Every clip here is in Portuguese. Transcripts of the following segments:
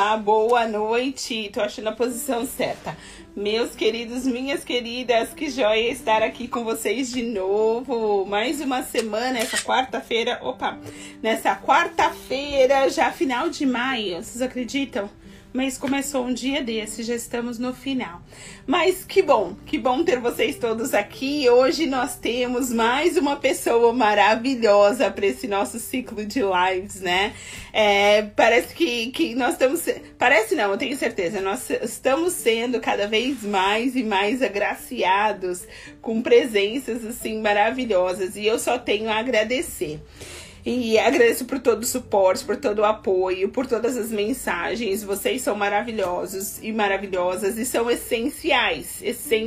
Olá, boa noite. Tô achando a posição certa. Meus queridos, minhas queridas, que joia estar aqui com vocês de novo. Mais uma semana, essa quarta-feira. Nessa quarta-feira, já final de maio. Vocês acreditam? O mês começou um dia desse, já estamos no final. Mas que bom ter vocês todos aqui. Hoje nós temos mais uma pessoa maravilhosa para esse nosso ciclo de lives, né? Parece que nós estamos... Parece não, eu tenho certeza. Nós estamos sendo cada vez mais e mais agraciados com presenças assim maravilhosas. E eu só tenho a agradecer. E agradeço por todo o suporte, por todo o apoio, por todas as mensagens. Vocês são maravilhosos e maravilhosas e são essenciais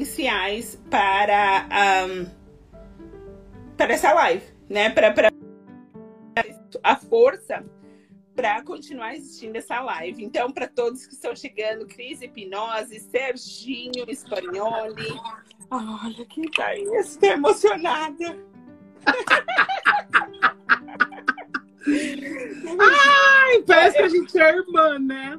para essa live, né? Para a força para continuar existindo essa live. Então, para todos que estão chegando, Cris Hipnose, Serginho Spagnoli. Olha quem tá aí, estou emocionada. Ai, parece que a gente é irmã, né?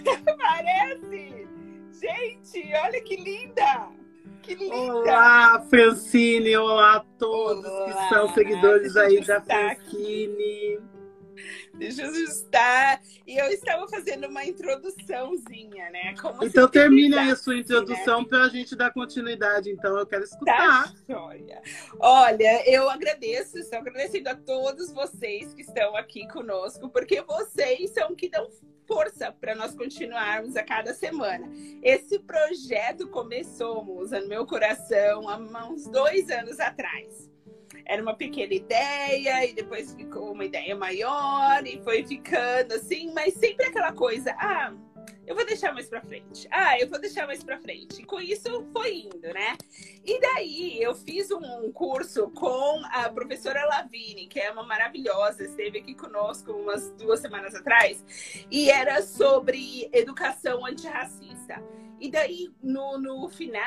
Parece! Gente, olha que linda! Que linda! Olá, Francine! Olá a todos que são seguidores aí da Francine. Deixa eu ajustar. E eu estava fazendo uma introduçãozinha, né? Como então termine aí a sua introdução, né? Para a gente dar continuidade. Então eu quero escutar. Tá, joia. Olha, eu agradeço, estou agradecendo a todos vocês que estão aqui conosco, porque vocês são que dão força para nós continuarmos a cada semana. Esse projeto começou, Musa, no meu coração há uns 2 anos atrás. Era uma pequena ideia e depois ficou uma ideia maior e foi ficando assim, mas sempre aquela coisa, eu vou deixar mais pra frente. Eu vou deixar mais pra frente. E com isso foi indo, né? E daí eu fiz um curso com a professora Lavigne, que é uma maravilhosa, esteve aqui conosco umas 2 semanas atrás, e era sobre educação antirracista. E daí, no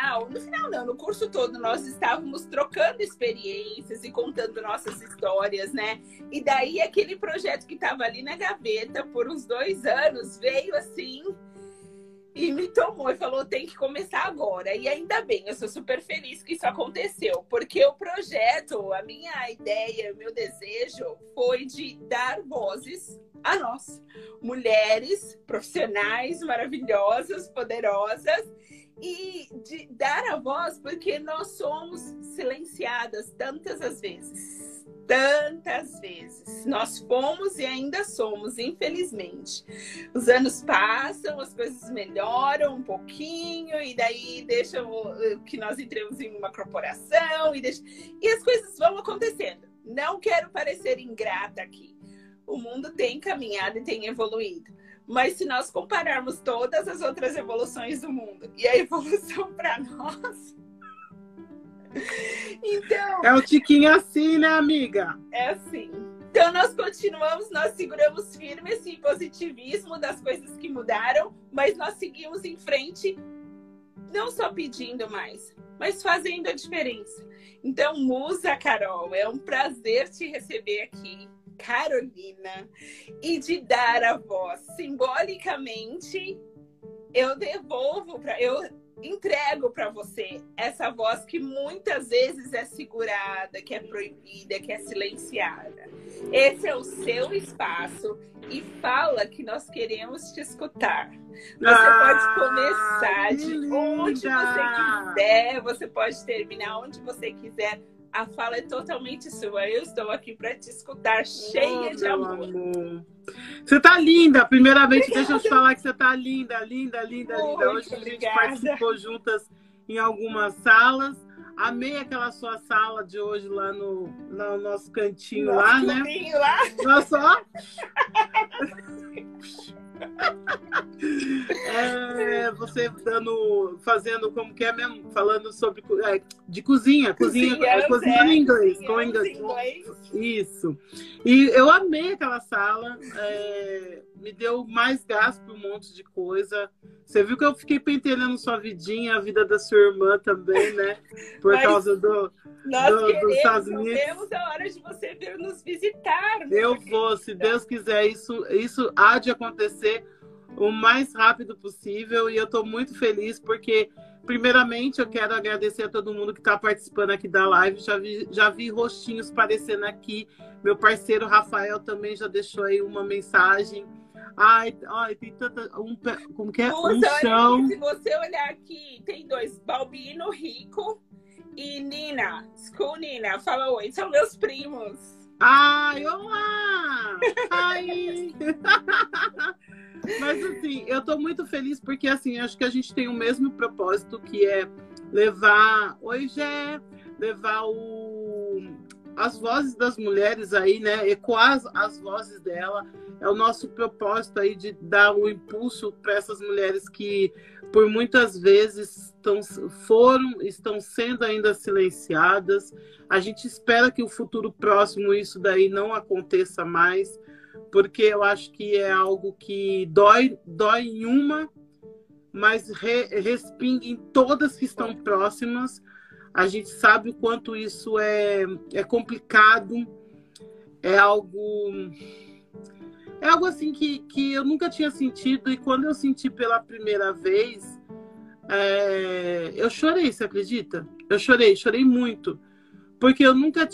curso todo, nós estávamos trocando experiências e contando nossas histórias, né? E daí, aquele projeto que estava ali na gaveta por uns 2 anos, veio assim e me tomou e falou, tem que começar agora. E ainda bem, eu sou super feliz que isso aconteceu, porque o projeto, a minha ideia, o meu desejo foi de dar vozes a nós, mulheres profissionais maravilhosas, poderosas, e de dar a voz porque nós somos silenciadas tantas as vezes. Tantas vezes. Nós fomos e ainda somos, infelizmente. Os anos passam, as coisas melhoram um pouquinho, e daí deixam que nós entremos em uma corporação, e as coisas vão acontecendo. Não quero parecer ingrata aqui. O mundo tem caminhado e tem evoluído. Mas se nós compararmos todas as outras evoluções do mundo e a evolução para nós... Então... É um tiquinho assim, né, amiga? É assim. Então nós continuamos, nós seguramos firme esse positivismo das coisas que mudaram, mas nós seguimos em frente, não só pedindo mais, mas fazendo a diferença. Então, Musa, Carol, é um prazer te receber aqui. Carolina, e de dar a voz. Simbolicamente, eu entrego para você essa voz que muitas vezes é segurada, que é proibida, que é silenciada. Esse é o seu espaço e fala que nós queremos te escutar. Você pode começar de onde você quiser, você pode terminar onde você quiser. A fala é totalmente sua. Eu estou aqui para te escutar, cheia de amor. Você tá linda. Primeiramente, deixa eu te falar que você tá linda, linda, linda, linda. Hoje a gente participou juntas em algumas salas. Amei aquela sua sala de hoje lá no nosso cantinho lá, né? Nossa, ó. Você fazendo como que é mesmo, falando sobre de cozinha em inglês, com inglês. Isso. E eu amei aquela sala, me deu mais gás para um monte de coisa. Você viu que eu fiquei pentelhando sua vidinha, a vida da sua irmã também, né? Por causa dos Estados Unidos. Nós queremos a hora de você vir nos visitar. Eu vou, se Deus quiser, isso há de acontecer. o mais rápido possível. E eu estou muito feliz porque, primeiramente, eu quero agradecer a todo mundo que está participando aqui da live. Já vi rostinhos aparecendo aqui. Meu parceiro Rafael também já deixou aí uma mensagem. Ai, tem tanta... como que é? Chão. Se você olhar aqui, tem dois. Balbino, Rico e Nina. School Nina. Fala oi. São meus primos. Ai, olá! Ai! Mas, assim, eu tô muito feliz porque, assim, acho que a gente tem o mesmo propósito, que é levar... Oi, Gé! Levar as vozes das mulheres aí, né? Ecoar as vozes dela. É o nosso propósito aí de dar o impulso para essas mulheres que, por muitas vezes, estão sendo ainda silenciadas. A gente espera que o futuro próximo isso daí não aconteça mais, porque eu acho que é algo que dói em uma, mas respinga em todas que estão próximas. A gente sabe o quanto isso é complicado, é algo assim que eu nunca tinha sentido, e quando eu senti pela primeira vez, eu chorei, você acredita? Eu chorei muito, porque eu nunca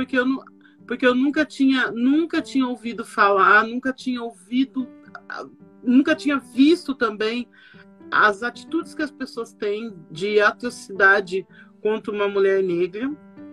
tinha ouvido falar, nunca tinha visto também as atitudes que as pessoas têm de atrocidade contra uma mulher negra.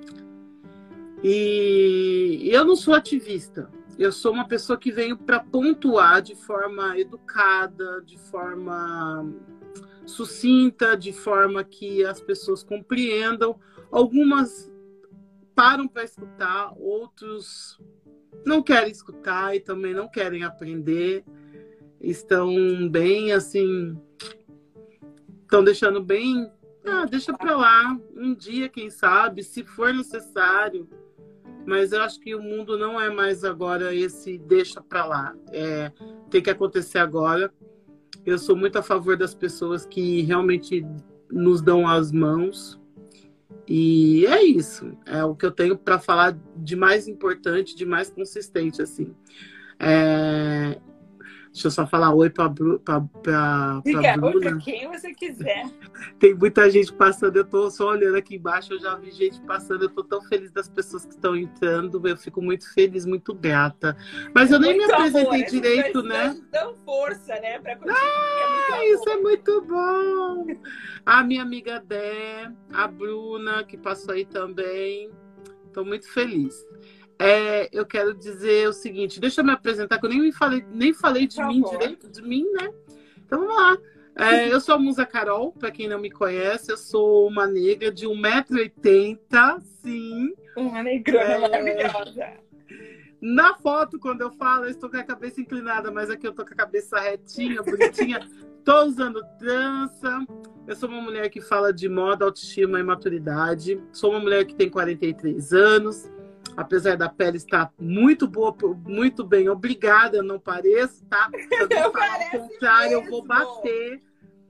E eu não sou ativista. Eu sou uma pessoa que venho para pontuar de forma educada, de forma sucinta, de forma que as pessoas compreendam. Algumas param para escutar, outros não querem escutar e também não querem aprender. Estão bem, assim... Estão deixando bem... deixa para lá. Um dia, quem sabe, se for necessário... Mas eu acho que o mundo não é mais agora esse deixa para lá. Tem que acontecer agora. Eu sou muito a favor das pessoas que realmente nos dão as mãos. E é isso. É o que eu tenho para falar de mais importante, de mais consistente, assim. Deixa eu só falar oi para Diga oi para quem você quiser. Tem muita gente passando, eu tô só olhando aqui embaixo, eu já vi gente passando, eu tô tão feliz das pessoas que estão entrando, eu fico muito feliz, muito grata. Mas eu nem me apresentei direito, né? Dão força, né? Pra continuar. Isso é muito bom! A minha amiga Dé, a Bruna, que passou aí também. Tô muito feliz. Eu quero dizer o seguinte, deixa eu me apresentar, que eu nem falei de mim direito, de mim, né? Então vamos lá. Eu sou a Musa Carol, para quem não me conhece, eu sou uma negra de 1,80 m, sim. Uma negrona maravilhosa. Na foto, quando eu falo, eu estou com a cabeça inclinada, mas aqui eu estou com a cabeça retinha, bonitinha. Estou usando trança. Eu sou uma mulher que fala de moda, autoestima e maturidade. Sou uma mulher que tem 43 anos. Apesar da pele estar muito boa, muito bem, obrigada, eu não pareço, tá? Se alguém falar o contrário, eu vou bater.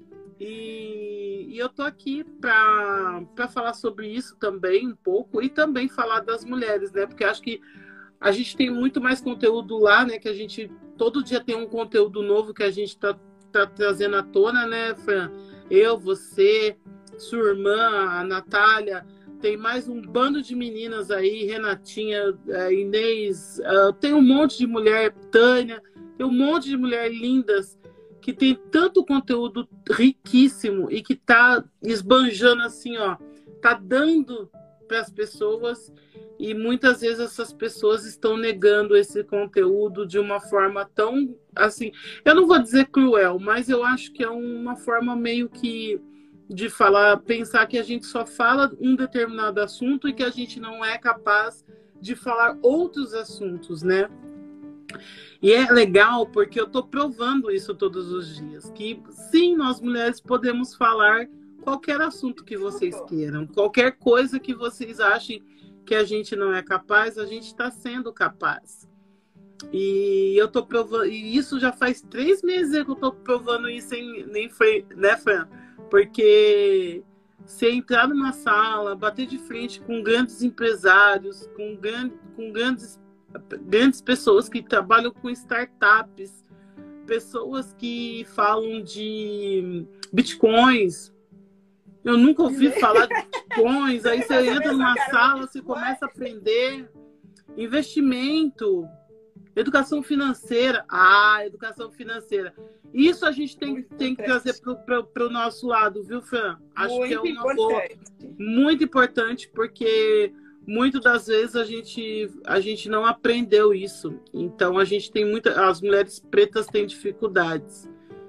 E eu tô aqui para falar sobre isso também um pouco, e também falar das mulheres, né? Porque acho que a gente tem muito mais conteúdo lá, né? Que a gente todo dia tem um conteúdo novo que a gente tá trazendo à tona, né, Fran? Eu, você, sua irmã, a Natália... Tem mais um bando de meninas aí, Renatinha, Inês, tem um monte de mulher, Tânia, tem um monte de mulheres lindas que tem tanto conteúdo riquíssimo e que tá esbanjando assim, ó, tá dando para as pessoas, e muitas vezes essas pessoas estão negando esse conteúdo de uma forma tão, assim, eu não vou dizer cruel, mas eu acho que é uma forma meio que de falar, pensar que a gente só fala um determinado assunto e que a gente não é capaz de falar outros assuntos, né? E é legal porque eu tô provando isso todos os dias, que sim, nós mulheres podemos falar qualquer assunto que vocês queiram, qualquer coisa que vocês achem que a gente não é capaz, a gente está sendo capaz. E eu tô provando, e isso já faz 3 meses que eu tô provando isso, nem foi, né, Fran? Porque se entrar numa sala, bater de frente com grandes empresários, com grandes pessoas que trabalham com startups, pessoas que falam de bitcoins. Eu nunca ouvi falar de bitcoins. Aí você entra numa sala, você começa a aprender investimento, educação financeira. Educação financeira. Isso a gente tem que trazer para o nosso lado, viu, Fran? Acho que é uma boa, muito importante, porque muitas das vezes a gente não aprendeu isso. Então a gente tem as mulheres pretas têm dificuldades.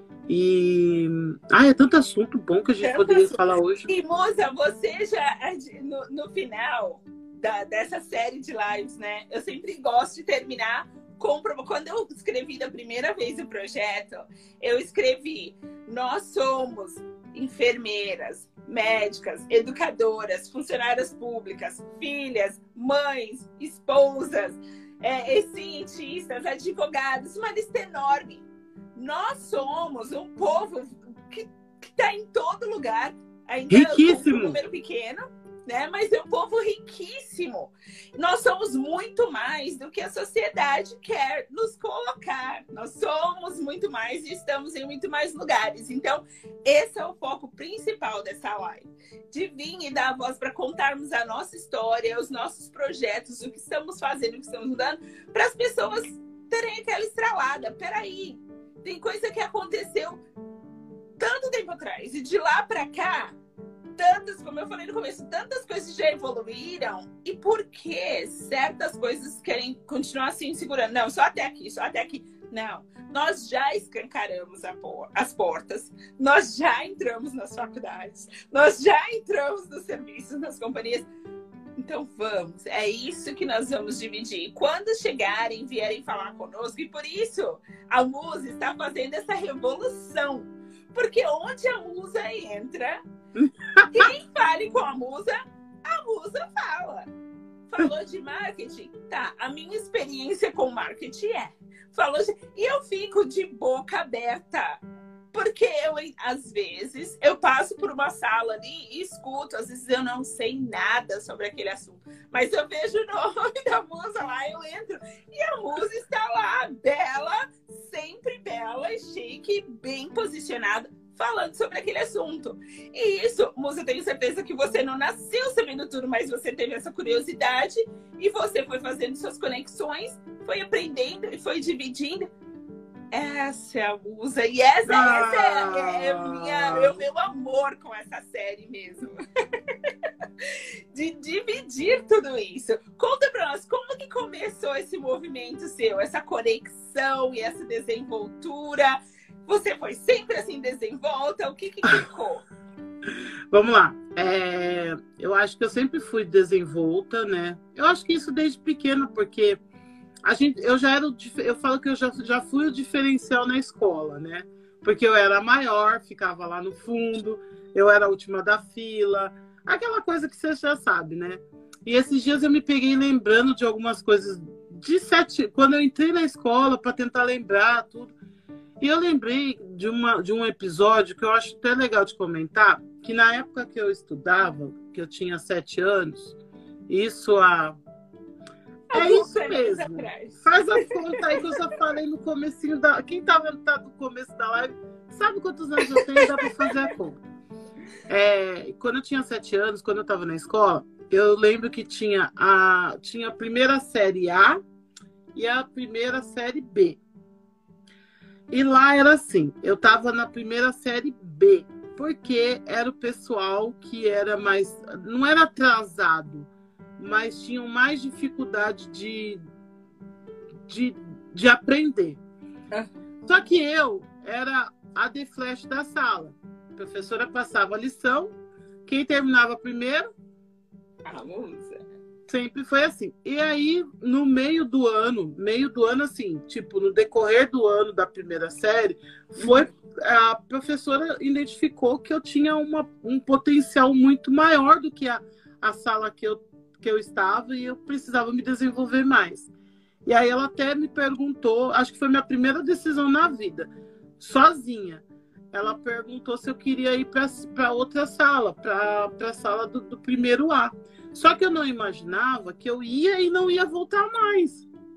E é tanto assunto bom que a gente poderia falar hoje. E Musa, você já no final dessa série de lives, né? Eu sempre gosto de terminar quando eu escrevi da primeira vez o projeto, eu escrevi: nós somos enfermeiras, médicas, educadoras, funcionárias públicas, filhas, mães, esposas, cientistas, advogados, uma lista enorme. Nós somos um povo que está em todo lugar, ainda riquíssimo. Um número pequeno, né? Mas é um povo riquíssimo. Nós somos muito mais do que a sociedade quer nos colocar. Nós somos muito mais e estamos em muito mais lugares. Então, esse é o foco principal dessa live. De vir e dar a voz para contarmos a nossa história, os nossos projetos, o que estamos fazendo, o que estamos mudando, para as pessoas terem aquela estralada. Peraí, tem coisa que aconteceu tanto tempo atrás. E de lá para cá, como eu falei no começo, tantas coisas já evoluíram. E por que certas coisas querem continuar assim, segurando? Não, só até aqui, só até aqui. Não, nós já escancaramos as portas, nós já entramos nas faculdades, nós já entramos nos serviços, nas companhias. Então vamos, é isso que nós vamos dividir. Quando chegarem, vierem falar conosco, e por isso a Musa está fazendo essa revolução. Porque onde a Musa entra, quem fale com a Musa fala. Falou de marketing? Tá, a minha experiência com marketing e eu fico de boca aberta. Porque às vezes, eu passo por uma sala ali e escuto. Às vezes eu não sei nada sobre aquele assunto. Mas eu vejo o nome da Musa lá, eu entro. E a Musa está lá, bela, sempre bela, chique, bem posicionada, falando sobre aquele assunto. E isso, Musa, eu tenho certeza que você não nasceu sabendo tudo, mas você teve essa curiosidade e você foi fazendo suas conexões, foi aprendendo e foi dividindo. Essa é a Musa. E essa é o meu amor com essa série mesmo. De dividir tudo isso. Conta pra nós, como que começou esse movimento seu? Essa conexão e essa desenvoltura? Você foi sempre assim desenvolta? O que ficou? Vamos lá. Eu acho que eu sempre fui desenvolta, né? Eu acho que isso desde pequena, porque eu falo que eu já fui o diferencial na escola, né? Porque eu era maior, ficava lá no fundo, eu era a última da fila, aquela coisa que você já sabe, né? E esses dias eu me peguei lembrando de algumas coisas quando eu entrei na escola para tentar lembrar tudo. E eu lembrei de um episódio que eu acho até legal de comentar, que na época que eu estudava, que eu tinha 7 anos, isso é isso mesmo. Faz a conta aí que eu já falei no comecinho da... Quem estava no começo da live sabe quantos anos eu tenho, dá para fazer a conta. Quando eu tinha 7 anos, quando eu estava na escola, eu lembro que tinha a primeira série A e a primeira série B. E lá era assim, eu estava na primeira série B, porque era o pessoal que era mais... Não era atrasado, mas tinham mais dificuldade de aprender. Só que eu era a de flash da sala. A professora passava a lição, quem terminava primeiro? A Musa. Sempre foi assim. E aí, no meio do ano assim, tipo, no decorrer do ano da primeira série, a professora identificou que eu tinha um potencial muito maior do que a sala que eu estava, e eu precisava me desenvolver mais. E aí ela até me perguntou, acho que foi minha primeira decisão na vida, sozinha. Ela perguntou se eu queria ir para outra sala, para a sala do primeiro A. Só que eu não imaginava que eu ia e não ia voltar mais.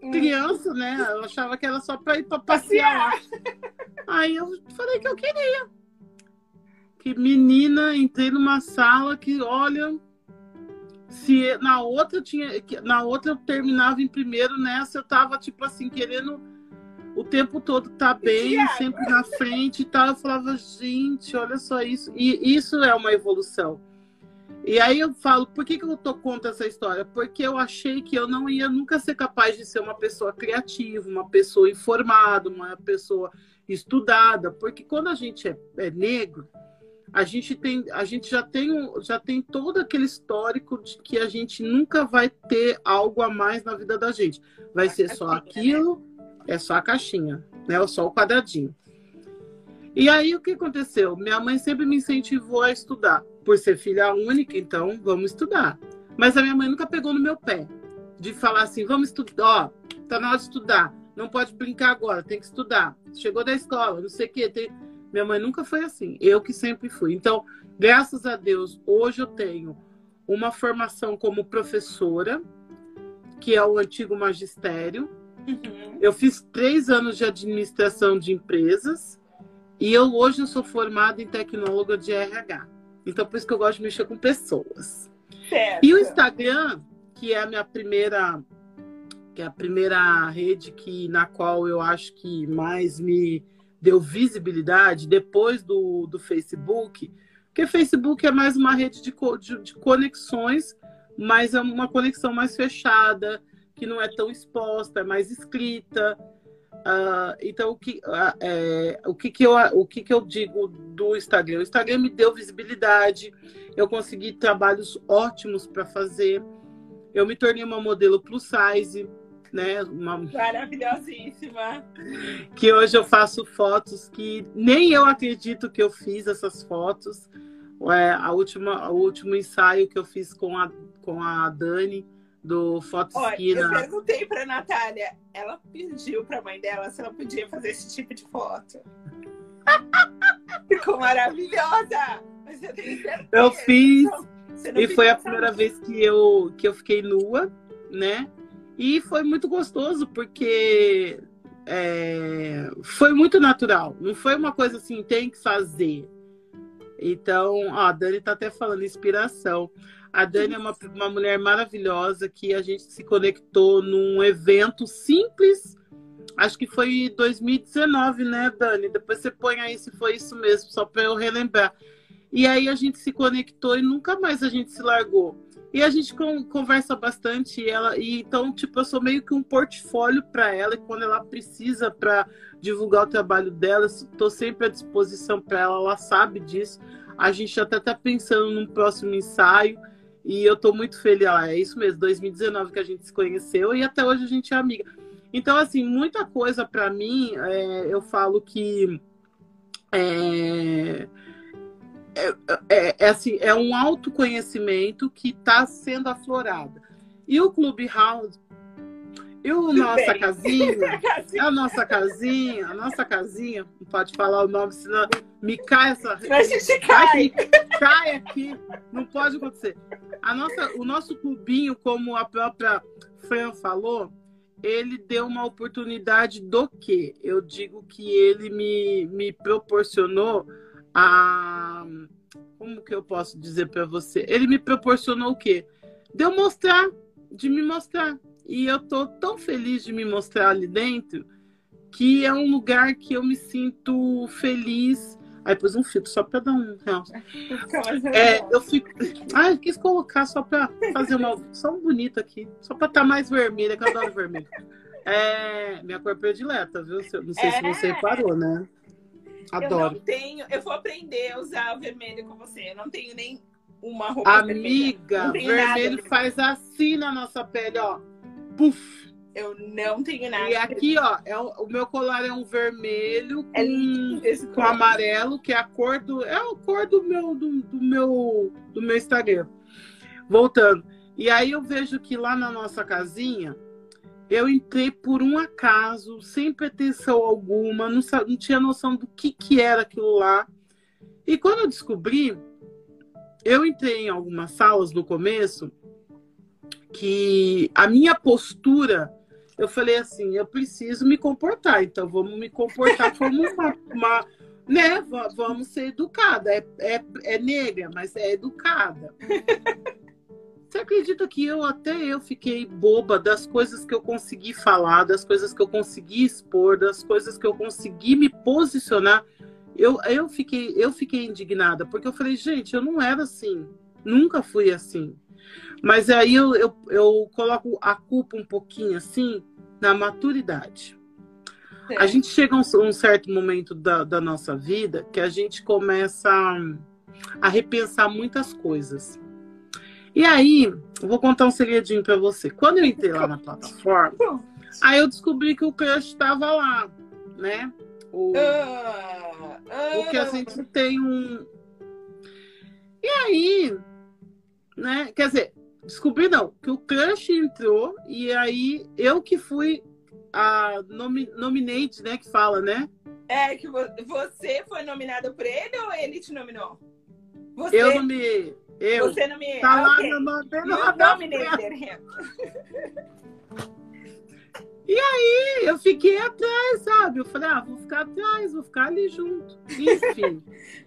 criança, né? Eu achava que era só para ir para passear. Aí eu falei que eu queria. Que menina, entrei numa sala que, olha, se na outra eu terminava em primeiro, nessa eu tava tipo assim, querendo o tempo todo tá bem, sempre na frente e tal. Eu falava, gente, olha só isso. E isso é uma evolução. E aí eu falo, por que eu tô contando essa história? Porque eu achei que eu não ia nunca ser capaz de ser uma pessoa criativa, uma pessoa informada, uma pessoa estudada. Porque quando a gente é negro, a gente já tem todo aquele histórico de que a gente nunca vai ter algo a mais na vida da gente. Vai ser só aquilo, é só a caixinha, né? Ou só o quadradinho. E aí o que aconteceu? Minha mãe sempre me incentivou a estudar. Por ser filha única, então vamos estudar. Mas a minha mãe nunca pegou no meu pé. De falar assim, vamos estudar, ó, tá na hora de estudar. Não pode brincar agora, tem que estudar. Chegou da escola, não sei o quê. Minha mãe nunca foi assim, eu que sempre fui. Então, graças a Deus, hoje eu tenho uma formação como professora, que é o antigo magistério. Uhum. Eu fiz 3 anos de administração de empresas e hoje eu sou formada em tecnóloga de RH. Então, por isso que eu gosto de mexer com pessoas. Certo. E o Instagram, que é a minha primeira rede na qual eu acho que mais me deu visibilidade depois do Facebook, porque Facebook é mais uma rede de conexões, mas é uma conexão mais fechada, que não é tão exposta, é mais escrita. Então, o que eu digo do Instagram? O Instagram me deu visibilidade, eu consegui trabalhos ótimos para fazer, eu me tornei uma modelo plus size, né? Maravilhosíssima. Que hoje eu faço fotos que nem eu acredito que eu fiz essas fotos. O último ensaio que eu fiz com a Dani, do Foto Esquina. Eu perguntei para a Natália, ela pediu para a mãe dela se ela podia fazer esse tipo de foto. Ficou maravilhosa! Mas eu tenho certeza. Eu fiz, e foi a primeira vez que eu fiquei nua, né? E foi muito gostoso, porque foi muito natural. Não foi uma coisa assim, tem que fazer. Então, a Dani tá até falando inspiração. A Dani é uma mulher maravilhosa que a gente se conectou num evento simples. Acho que foi em 2019, né, Dani? Depois você põe aí se foi isso mesmo, só para eu relembrar. E aí a gente se conectou e nunca mais a gente se largou. E a gente conversa bastante. Então, tipo, eu sou meio que um portfólio para ela. E quando ela precisa para divulgar o trabalho dela, estou sempre à disposição para ela. Ela sabe disso. A gente até está pensando num próximo ensaio. E eu estou muito feliz. É isso mesmo, 2019 que a gente se conheceu. E até hoje a gente é amiga. Então, assim, muita coisa para mim, eu falo que assim, é um autoconhecimento que está sendo aflorado. E o Clubhouse, a nossa casinha, não pode falar o nome, senão me cai essa... A gente cai. Cai aqui, não pode acontecer. O nosso clubinho, como a própria Fran falou, ele deu uma oportunidade do quê? Eu digo que ele me proporcionou como que eu posso dizer para você? Ele me proporcionou o quê? De me mostrar. E eu tô tão feliz de me mostrar ali dentro que é um lugar que eu me sinto feliz. Aí pus um filtro só para dar um realce. Eu fico... eu quis colocar só para fazer uma audição bonita aqui. Só para estar mais vermelha, que eu adoro vermelho. Minha cor predileta, viu? Não sei se você reparou, né? Adoro. Eu vou aprender a usar o vermelho com você. Eu não tenho nem uma roupa Amiga, vermelho faz assim na nossa pele, ó. Puf! Eu não tenho nada. E aqui, ó, o meu colar é um vermelho com amarelo, que é a cor do meu Instagram. Voltando. E aí eu vejo que lá na nossa casinha, eu entrei por um acaso, sem pretensão alguma, não tinha noção do que era aquilo lá. E quando eu descobri, eu entrei em algumas salas no começo, que a minha postura, eu falei assim, eu preciso me comportar, então vamos me comportar como né? Vamos ser educada. É negra, mas é educada. Você acredita que até eu fiquei boba das coisas que eu consegui falar, das coisas que eu consegui expor, das coisas que eu consegui me posicionar? Eu fiquei indignada, porque eu falei, gente, eu não era assim, nunca fui assim. Mas aí eu coloco a culpa um pouquinho assim na maturidade. A gente chega a um certo momento da nossa vida que a gente começa a repensar muitas coisas. E aí, eu vou contar um segredinho pra você. Quando eu entrei lá na plataforma, aí eu descobri que o crush estava lá, né? O que a gente tem um... E aí, né? Quer dizer, descobri não, que o crush entrou e aí eu que fui a nominate, né? Que fala, né? É, que você foi nominada por ele ou ele te nominou? Você... Eu nomeei. Você nomeou. Tá lá okay. no nominated him. E aí, eu fiquei atrás, sabe? Eu falei, vou ficar atrás, vou ficar ali junto. Enfim.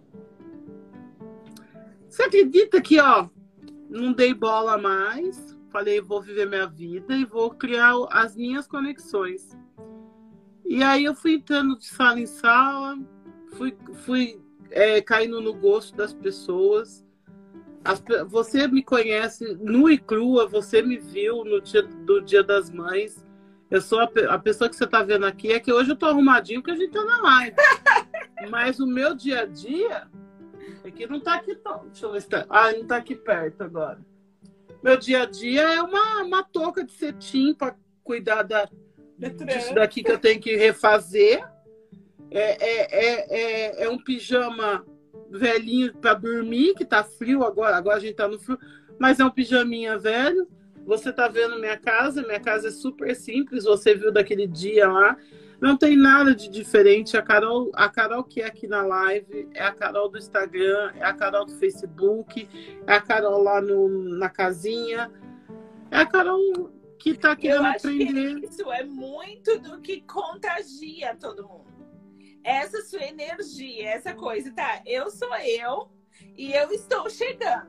Você acredita que, não dei bola mais? Falei, vou viver minha vida e vou criar as minhas conexões. E aí eu fui entrando de sala em sala, fui caindo no gosto das pessoas. Você me conhece nua e crua, você me viu no Dia das Mães. Eu sou a pessoa que você está vendo aqui, é que hoje eu tô arrumadinho porque a gente tá na live. Mas o meu dia a dia é que não tá aqui tão. Deixa eu ver se tá. Não tá aqui perto agora. Meu dia a dia é uma touca de cetim para cuidar disso daqui que eu tenho que refazer. É um pijama velhinho para dormir, que tá frio agora a gente tá no frio, mas é um pijaminha velho. Você tá vendo minha casa é super simples, você viu daquele dia lá, não tem nada de diferente. A Carol que é aqui na live, é a Carol do Instagram, é a Carol do Facebook, é a Carol lá na casinha, é a Carol que tá querendo aprender. Que isso é muito do que contagia todo mundo. Essa sua energia, essa coisa, tá? Eu sou eu e eu estou chegando.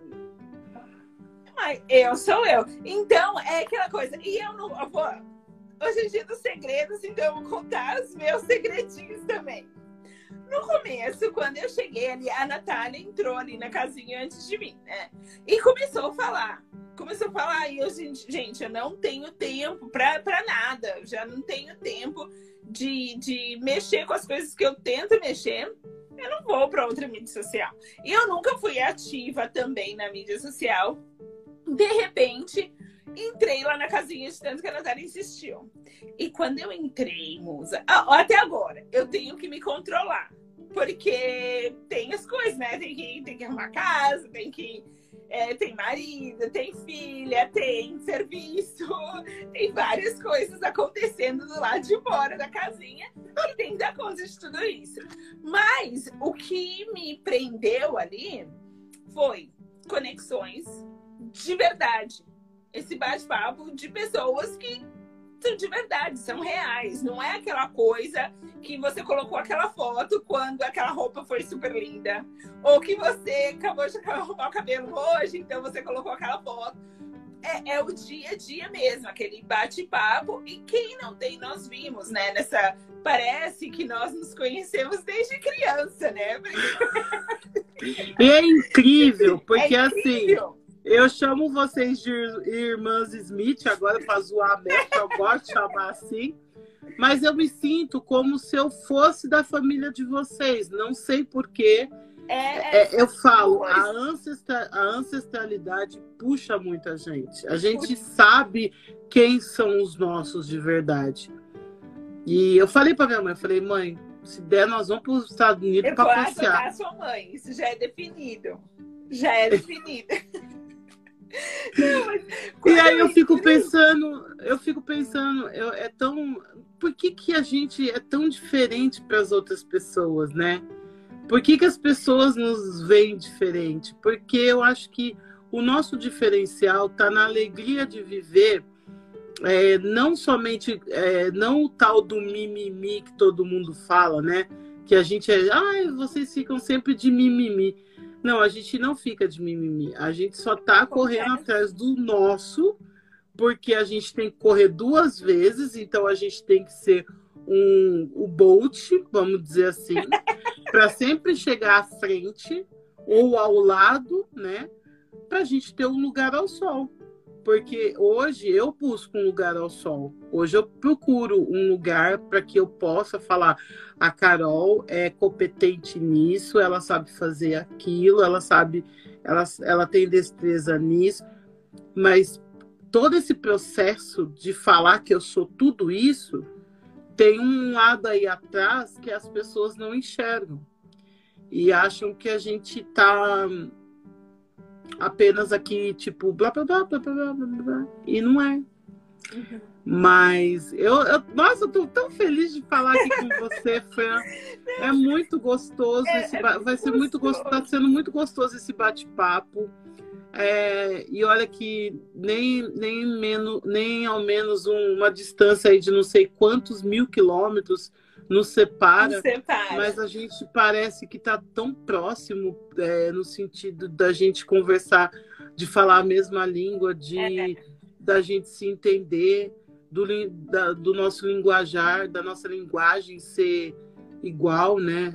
Mas eu sou eu. Então, é aquela coisa. E eu não vou... Hoje é dia dos segredos, então eu vou contar os meus segredinhos também. No começo, quando eu cheguei ali, a Natália entrou ali na casinha antes de mim, né? E começou a falar. E eu, gente, eu não tenho tempo pra nada. Eu já não tenho tempo de mexer com as coisas que eu tento mexer. Eu não vou pra outra mídia social. E eu nunca fui ativa também na mídia social. De repente, entrei lá na casinha de tanto que a Natália insistiu. E quando eu entrei, Musa... até agora, eu tenho que me controlar. Porque tem as coisas, né? Tem que arrumar casa, tem marido, tem filha, tem serviço. Tem várias coisas acontecendo do lado de fora da casinha. E tem que dar conta de tudo isso. Mas o que me prendeu ali foi conexões de verdade. Esse bate-papo de pessoas que são de verdade, são reais. Não é aquela coisa que você colocou aquela foto quando aquela roupa foi super linda. Ou que você acabou de arrumar o cabelo hoje, então você colocou aquela foto. É o dia a dia mesmo, aquele bate-papo. E quem não tem, nós vimos, né? Parece que nós nos conhecemos desde criança, né? E é incrível, porque assim... Eu chamo vocês de irmãs Smith, agora para zoar mesmo, eu gosto de chamar assim. Mas eu me sinto como se eu fosse da família de vocês. Não sei porquê. Eu falo, a ancestralidade puxa muita gente. A gente sabe quem são os nossos de verdade. E eu falei para minha mãe, mãe, se der, nós vamos para os Estados Unidos para passear. Eu sua mãe, isso já é definido. Já é definido. E aí eu fico pensando, por que a gente é tão diferente para as outras pessoas, né? Por que as pessoas nos veem diferente? Porque eu acho que o nosso diferencial está na alegria de viver não somente, não o tal do mimimi que todo mundo fala, né? Que a gente vocês ficam sempre de mimimi. Não, a gente não fica de mimimi. A gente só tá correndo atrás do nosso, porque a gente tem que correr 2 vezes, então a gente tem que ser o Bolt, vamos dizer assim, para sempre chegar à frente ou ao lado, né? Para a gente ter um lugar ao sol. Porque hoje eu busco um lugar ao sol. Hoje eu procuro um lugar para que eu possa falar: a Carol é competente nisso, ela sabe fazer aquilo, ela tem destreza nisso. Mas todo esse processo de falar que eu sou tudo isso, tem um lado aí atrás que as pessoas não enxergam. E acham que a gente está apenas aqui, tipo, blá, blá, blá, blá, blá, blá, blá, e não é. Uhum. Mas nossa, eu tô tão feliz de falar aqui com você, Fran. É muito gostoso. Vai ser muito gostoso. Tá sendo muito gostoso esse bate-papo. E olha que nem ao menos uma distância aí de não sei quantos 1000 quilômetros nos separa, mas a gente parece que está tão próximo, no sentido da gente conversar, de falar a mesma língua, da gente se entender, do nosso linguajar, da nossa linguagem ser igual, né?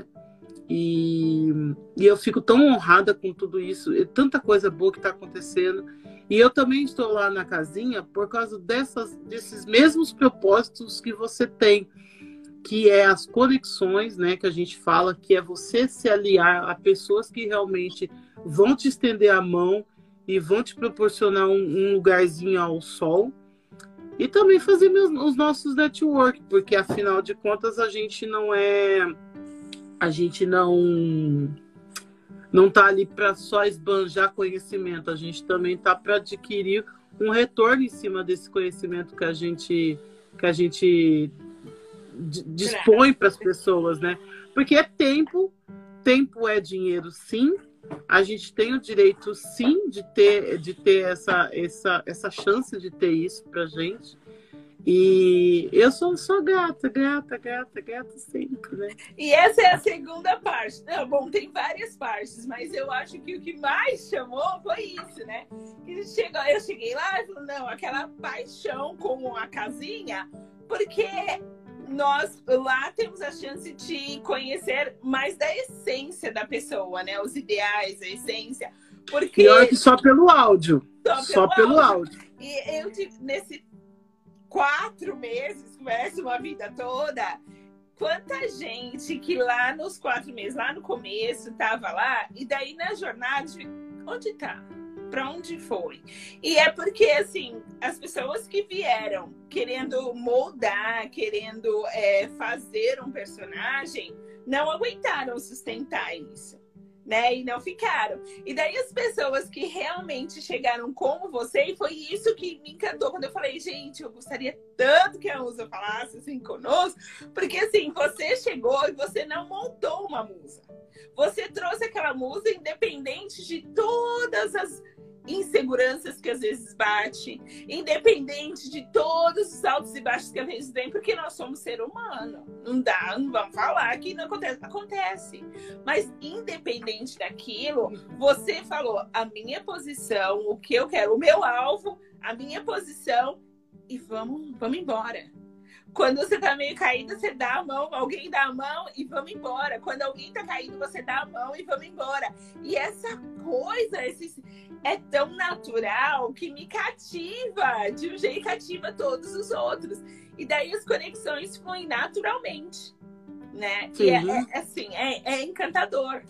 E eu fico tão honrada com tudo isso, tanta coisa boa que está acontecendo. E eu também estou lá na casinha por causa desses mesmos propósitos que você tem, que é as conexões, né, que a gente fala, que é você se aliar a pessoas que realmente vão te estender a mão e vão te proporcionar um lugarzinho ao sol. E também fazer os nossos network, porque afinal de contas a gente não tá ali para só esbanjar conhecimento, a gente também tá para adquirir um retorno em cima desse conhecimento que a gente dispõe para as pessoas, né? Porque é tempo é dinheiro, sim. A gente tem o direito, sim, de ter essa chance de ter isso pra gente. E eu sou grata sempre, né? E essa é a segunda parte. Não, bom, tem várias partes, mas eu acho que o que mais chamou foi isso, né? Eu cheguei lá e falei, não, aquela paixão com a casinha, porque nós lá temos a chance de conhecer mais da essência da pessoa, né? Os ideais, a essência. Porque... Pior que só pelo áudio. Só pelo áudio. E eu, nesse 4 meses, conhece uma vida toda, quanta gente que lá nos 4 meses, lá no começo, tava lá, e daí na jornada, onde tá? Para onde foi? E é porque, assim, as pessoas que vieram querendo moldar, querendo fazer um personagem, não aguentaram sustentar isso, né? E não ficaram. E daí as pessoas que realmente chegaram como você, e foi isso que me encantou quando eu falei, gente, eu gostaria tanto que a Musa falasse assim conosco, porque assim, você chegou e você não montou uma musa. Você trouxe aquela musa independente de todas as inseguranças que às vezes bate, independente de todos os altos e baixos que às vezes vem, porque nós somos ser humano. Não vamos falar que não acontece. Mas independente daquilo, você falou a minha posição, o que eu quero, o meu alvo, a minha posição, e vamos embora. Quando você tá meio caído, você dá a mão, alguém dá a mão e vamos embora. Quando alguém tá caído, você dá a mão e vamos embora. E essa coisa, é tão natural que me cativa, de um jeito que cativa todos os outros. E daí as conexões fluem naturalmente, né? Sim. E assim, é encantador.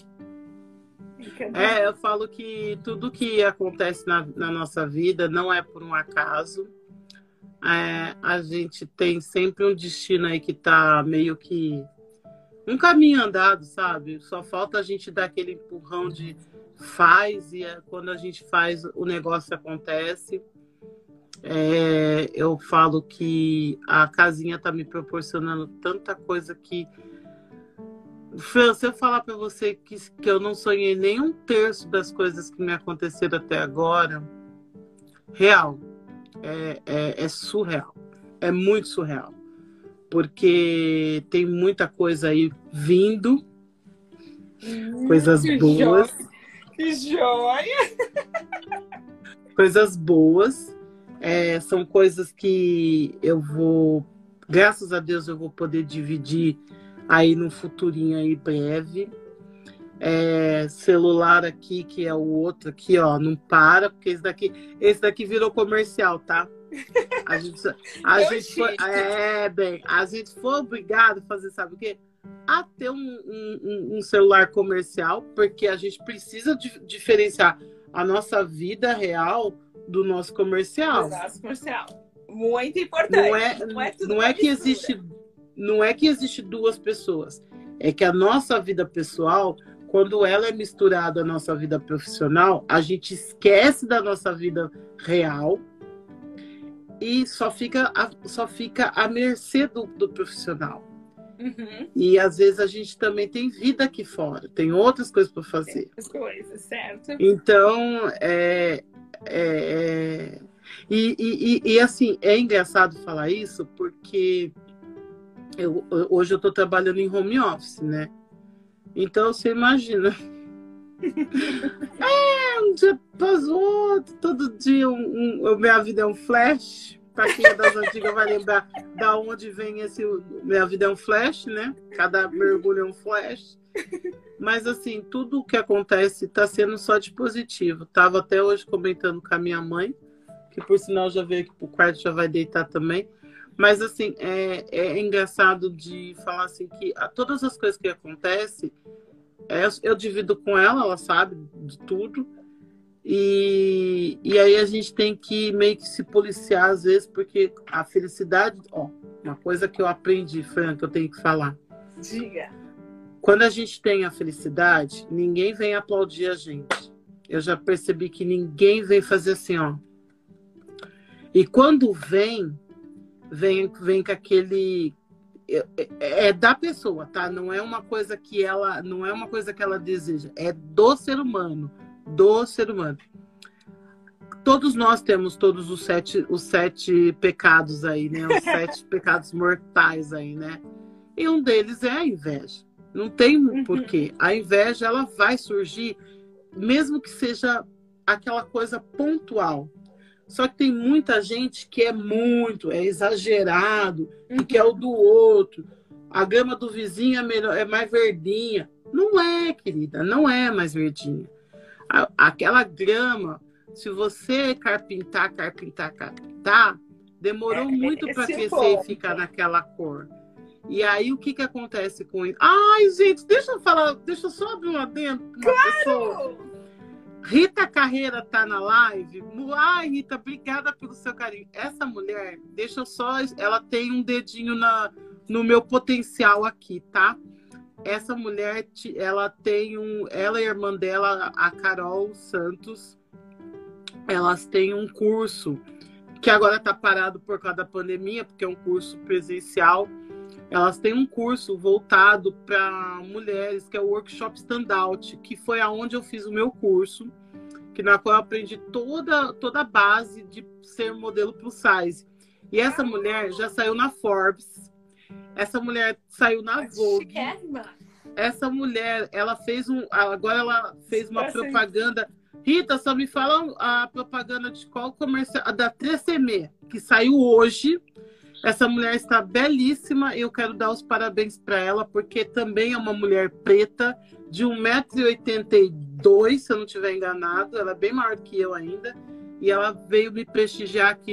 Eu falo que tudo que acontece na nossa vida não é por um acaso. A gente tem sempre um destino aí que tá meio que um caminho andado, sabe? Só falta a gente dar aquele empurrão de faz, e quando a gente faz, o negócio acontece. Eu falo que a casinha tá me proporcionando tanta coisa que... Fran, se eu falar para você que eu não sonhei nem 1/3 das coisas que me aconteceram até agora, real. é surreal. É muito surreal. Porque tem muita coisa aí vindo, coisas boas. Que joia! Coisas boas. São coisas que eu vou, graças a Deus, eu vou poder dividir aí no futurinho aí breve. Celular aqui, que é o outro aqui, ó, não para, porque esse daqui virou comercial, tá? A gente foi obrigado a fazer, sabe o quê? A ter um celular comercial, porque a gente precisa diferenciar a nossa vida real do nosso comercial. Do nosso comercial. Muito importante. Não é que existe duas pessoas. É que a nossa vida pessoal, quando ela é misturada à nossa vida profissional, a gente esquece da nossa vida real e só fica à mercê do profissional. Uhum. E às vezes a gente também tem vida aqui fora, tem outras coisas para fazer. Outras coisas, certo? Então, assim, é engraçado falar isso porque hoje eu estou trabalhando em home office, né? Então você imagina. Um dia após o outro, todo dia minha vida é um flash. Para quem é das antigas vai lembrar da onde vem esse minha vida é um flash, né? Cada mergulho é um flash. Mas assim, tudo o que acontece está sendo só de positivo. Tava até hoje comentando com a minha mãe, que por sinal já veio aqui pro quarto, já vai deitar também. Mas assim, é engraçado de falar assim que todas as coisas que acontecem, eu divido com ela sabe de tudo. E aí a gente tem que meio que se policiar às vezes, porque a felicidade, uma coisa que eu aprendi, Fran, que eu tenho que falar. Diga. Quando a gente tem a felicidade, ninguém vem aplaudir a gente. Eu já percebi que ninguém vem fazer assim, ó. E quando vem com aquele... É da pessoa, tá? Não é uma coisa que ela deseja. É do ser humano. Todos nós temos todos os sete pecados aí, né? Os 7 pecados mortais aí, né? E um deles é a inveja. Não tem porquê. A inveja, ela vai surgir, mesmo que seja aquela coisa pontual. Só que tem muita gente que é exagerado, que quer o do outro. A grama do vizinho é mais verdinha. Não é, querida, não é mais verdinha. Aquela grama, se você carpintar, demorou muito para crescer e ficar naquela cor. E aí, o que acontece com isso? Ai, gente, deixa eu só abrir um adendo para uma pessoa. Rita Carreira tá na live. Ai, Rita, obrigada pelo seu carinho. Essa mulher, ela tem um dedinho no meu potencial aqui, tá? Essa mulher, ela e a irmã dela, a Carol Santos, elas têm um curso que agora está parado por causa da pandemia, porque é um curso presencial. Elas têm um curso voltado para mulheres, que é o Workshop Standout, que foi aonde eu fiz o meu curso, na qual eu aprendi toda a base de ser modelo plus size. E essa mulher já saiu na Forbes. Essa mulher saiu na Vogue. Essa mulher, agora ela fez uma propaganda. Rita, só me fala a propaganda de qual comercial? A da 3CM, que saiu hoje. Essa mulher está belíssima e eu quero dar os parabéns para ela, porque também é uma mulher preta, de 1,82 m, se eu não estiver enganado. Ela é bem maior que eu ainda. E ela veio me prestigiar aqui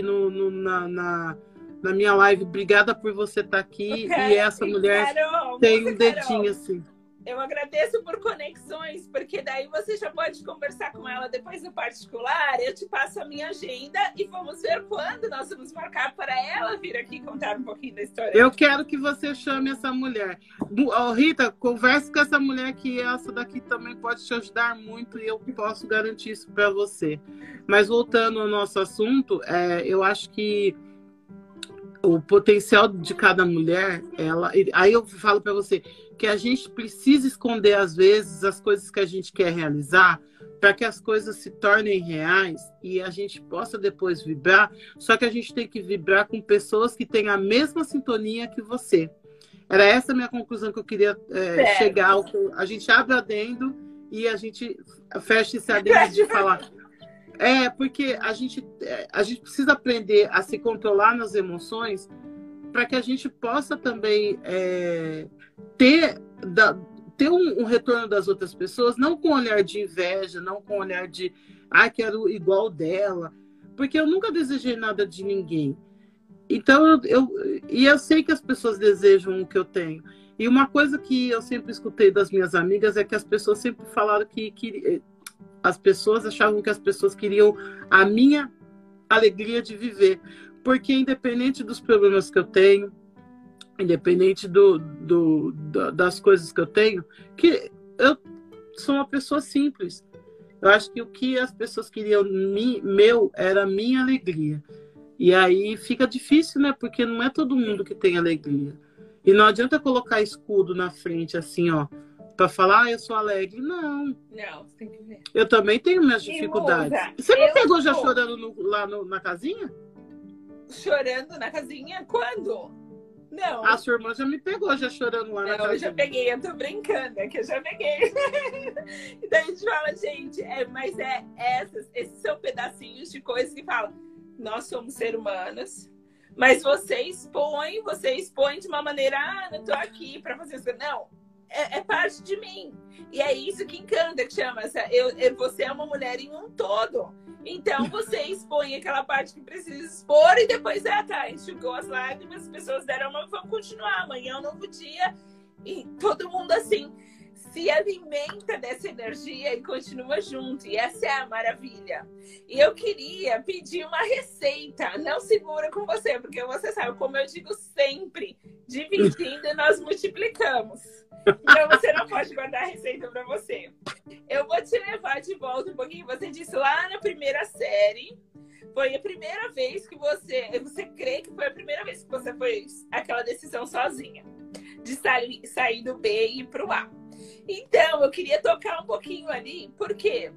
na minha live. Obrigada por você estar aqui. E essa mulher tem um dedinho assim. Eu agradeço por conexões, porque daí você já pode conversar com ela depois no particular. Eu te passo a minha agenda e vamos ver quando nós vamos marcar para ela vir aqui contar um pouquinho da história. Eu quero que você chame essa mulher. Rita, converse com essa mulher, que essa daqui também pode te ajudar muito e eu posso garantir isso para você. Mas voltando ao nosso assunto, eu acho que o potencial de cada mulher, aí eu falo para você que a gente precisa esconder às vezes as coisas que a gente quer realizar, para que as coisas se tornem reais e a gente possa depois vibrar, só que a gente tem que vibrar com pessoas que têm a mesma sintonia que você. Era essa a minha conclusão que eu queria chegar. A gente abre adendo e a gente fecha esse adendo de falar. Porque a gente precisa aprender a se controlar nas emoções para que a gente possa também ter um retorno das outras pessoas, não com olhar de inveja, não com olhar de quero igual dela, porque eu nunca desejei nada de ninguém. Então, eu sei que as pessoas desejam o que eu tenho. E uma coisa que eu sempre escutei das minhas amigas é que as pessoas sempre falaram que as pessoas achavam que as pessoas queriam a minha alegria de viver. Porque independente dos problemas que eu tenho, independente das coisas que eu tenho, que eu sou uma pessoa simples. Eu acho que o que as pessoas queriam era a minha alegria. E aí fica difícil, né? Porque não é todo mundo que tem alegria. E não adianta colocar escudo na frente assim, ó, para falar, eu sou alegre. Não. Não, você tem que ver. Eu também tenho minhas dificuldades. Você me pegou já chorando lá na casinha? Chorando na casinha? Quando? Não. A sua irmã já me pegou, já chorando lá na casinha. Eu já peguei, eu tô brincando, é que eu já peguei. E daí a gente fala, gente, mas esses são pedacinhos de coisas que falam, nós somos seres humanos, mas você expõe de uma maneira, não tô aqui pra fazer isso. Não, é parte de mim. E é isso que encanta, que chama, você é uma mulher em um todo. Então, você expõe aquela parte que precisa expor e depois, enxugou as lágrimas, as pessoas deram vamos continuar, amanhã é um novo dia. E todo mundo, assim, se alimenta dessa energia e continua junto. E essa é a maravilha. E eu queria pedir uma receita. Não segura com você, porque você sabe, como eu digo sempre, dividindo nós multiplicamos. Então você não pode guardar a receita para você. Eu vou te levar de volta um pouquinho. Você disse lá na primeira série, foi a primeira vez que você crê que foi a primeira vez que você fez aquela decisão sozinha, de sair do B e ir para o A. Então, eu queria tocar um pouquinho ali, porque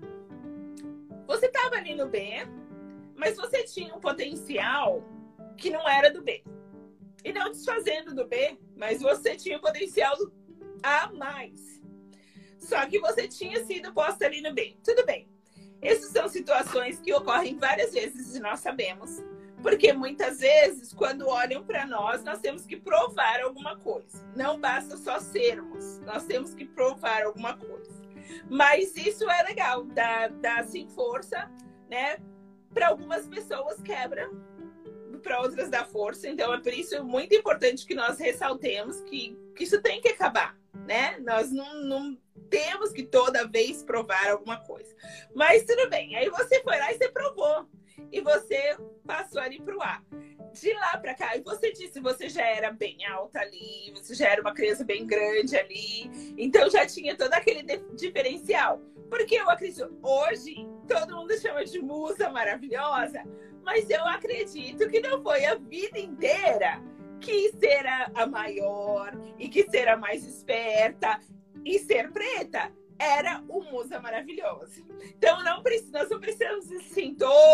você estava ali no B, mas você tinha um potencial que não era do B. E não desfazendo do B, mas você tinha o potencial do A mais. Só que você tinha sido posta ali no B. Tudo bem. Essas são situações que ocorrem várias vezes e nós sabemos. Porque muitas vezes, quando olham para nós, nós temos que provar alguma coisa. Não basta só sermos. Nós temos que provar alguma coisa. Mas isso é legal. Dá assim força, né? Para algumas pessoas quebra, para outras dá força. Então é por isso muito importante que nós ressaltemos que isso tem que acabar, né? Nós não temos que toda vez provar alguma coisa. Mas tudo bem. Aí você foi lá e você provou. E você passou ali para o A. De lá para cá, e você disse, você já era bem alta ali, você já era uma criança bem grande ali, então já tinha todo aquele diferencial. Porque eu acredito, hoje, todo mundo chama de musa maravilhosa, mas eu acredito que não foi a vida inteira que ser a maior, e que ser a mais esperta, e ser preta era o musa maravilhoso. Então, nós não precisamos, assim,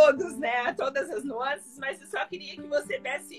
todas as nuances, mas eu só queria que você desse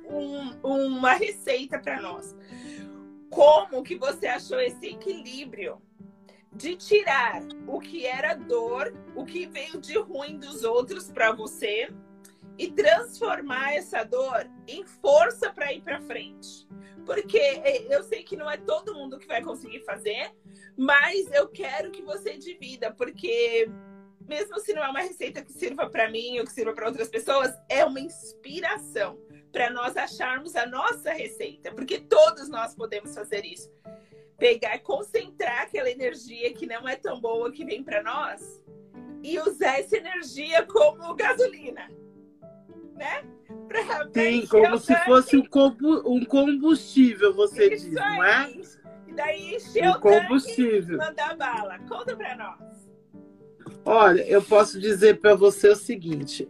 uma receita para nós. Como que você achou esse equilíbrio de tirar o que era dor, o que veio de ruim dos outros para você e transformar essa dor em força para ir para frente? Porque eu sei que não é todo mundo que vai conseguir fazer, mas eu quero que você divida, porque mesmo se não é uma receita que sirva para mim ou que sirva para outras pessoas, é uma inspiração para nós acharmos a nossa receita, porque todos nós podemos fazer isso. Pegar, concentrar aquela energia que não é tão boa que vem para nós e usar essa energia como gasolina, né? Sim, como se fosse um combustível, você diz, não é? E daí encher o combustível, mandar bala. Conta pra nós. Olha, eu posso dizer para você o seguinte,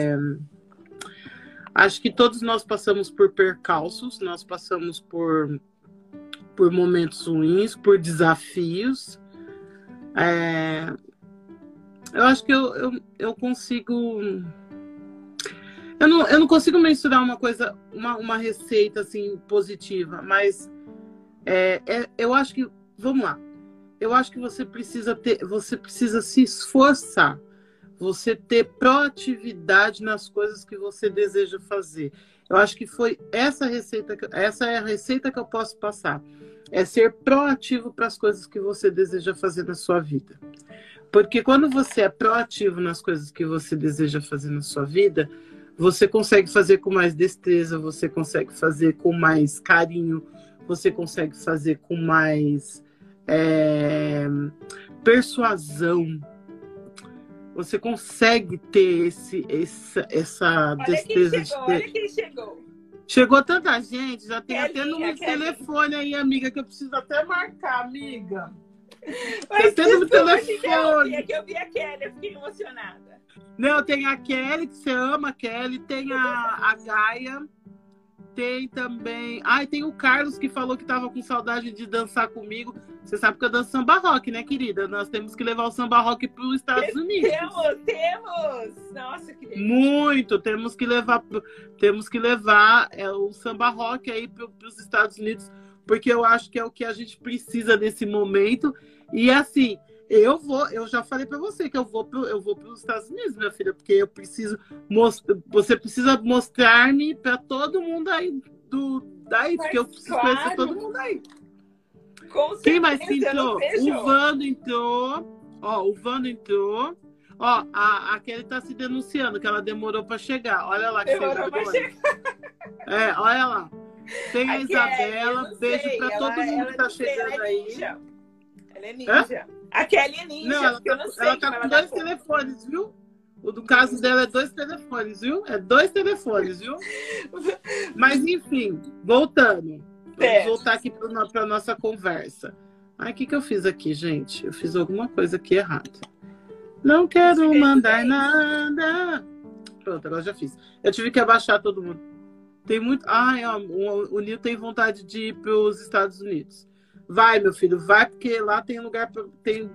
acho que todos nós passamos por percalços, nós passamos por momentos ruins, por desafios, Eu acho que eu consigo... Eu não consigo mensurar uma coisa, uma receita assim positiva, mas eu acho que... Vamos lá. Eu acho que você precisa se esforçar. Você ter proatividade nas coisas que você deseja fazer. Eu acho que foi essa é a receita que eu posso passar. É ser proativo para as coisas que você deseja fazer na sua vida. Porque quando você é proativo nas coisas que você deseja fazer na sua vida, você consegue fazer com mais destreza, você consegue fazer com mais carinho, você consegue fazer com mais persuasão. Você consegue ter essa destreza de ter... Olha quem chegou. Chegou tanta gente, já tem até número de telefone aí, amiga, que eu preciso até marcar, amiga. Mas tem número de telefone. Eu vi a Kelly, eu fiquei emocionada. Não, tem a Kelly, que você ama a Kelly, tem a Gaia, tem também... Ah, e tem o Carlos, que falou que tava com saudade de dançar comigo. Você sabe que eu danço samba rock, né, querida? Nós temos que levar o samba rock para os Estados Unidos. Temos! Nossa, que delícia. Muito! Temos que levar o samba rock aí para os Estados Unidos, porque eu acho que é o que a gente precisa nesse momento. E assim, eu já falei para você que eu vou para os Estados Unidos, minha filha, porque eu preciso você precisa mostrar-me para todo mundo aí daí, porque eu preciso conhecer todo mundo aí. Quem mais entrou? O Vando entrou. Ó, o Vando entrou. Ó, a Kelly tá se denunciando, que ela demorou para chegar. Olha lá que demorou para chegar. Olha lá. Tem a Isabela. Beijo para todo mundo que tá chegando aí. Ela é ninja. A Kelly é ninja. Não, ela tá com 2 telefones, viu? O do caso dela é 2 telefones, viu? É 2 telefones, viu? Mas enfim, voltando. Vamos voltar aqui para nossa conversa. Ai, o que eu fiz aqui, gente? Eu fiz alguma coisa aqui errada. Não quero mandar nada. Pronto, agora já fiz. Eu tive que abaixar todo mundo. Tem muito... Ai, ó, o Nil tem vontade de ir para os Estados Unidos. Vai, meu filho, vai, porque lá tem lugar para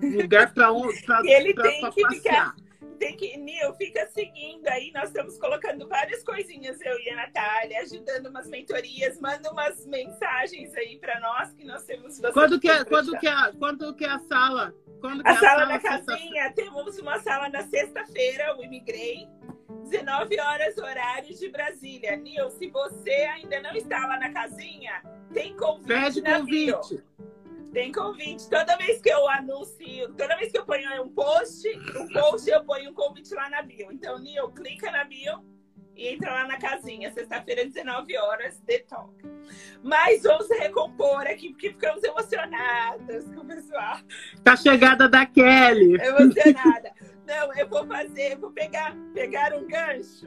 ele tem que passear. Nil, fica seguindo aí, nós estamos colocando várias coisinhas, eu e a Natália, ajudando umas mentorias, manda umas mensagens aí para nós, que nós temos... Quando que é a sala? A sala da casinha, temos uma sala na sexta-feira, o Imigrei, 19 horas, horário de Brasília. Nil, se você ainda não está lá na casinha, tem convite. Pede convite. Tem convite. Toda vez que eu anuncio, toda vez que eu ponho um post eu ponho um convite lá na bio. Então, Nil, clica na bio e entra lá na casinha. Sexta-feira, 19 horas, The Talk. Mas vamos recompor aqui, porque ficamos emocionadas com o pessoal. Tá chegada da Kelly. Emocionada. Não, eu vou pegar um gancho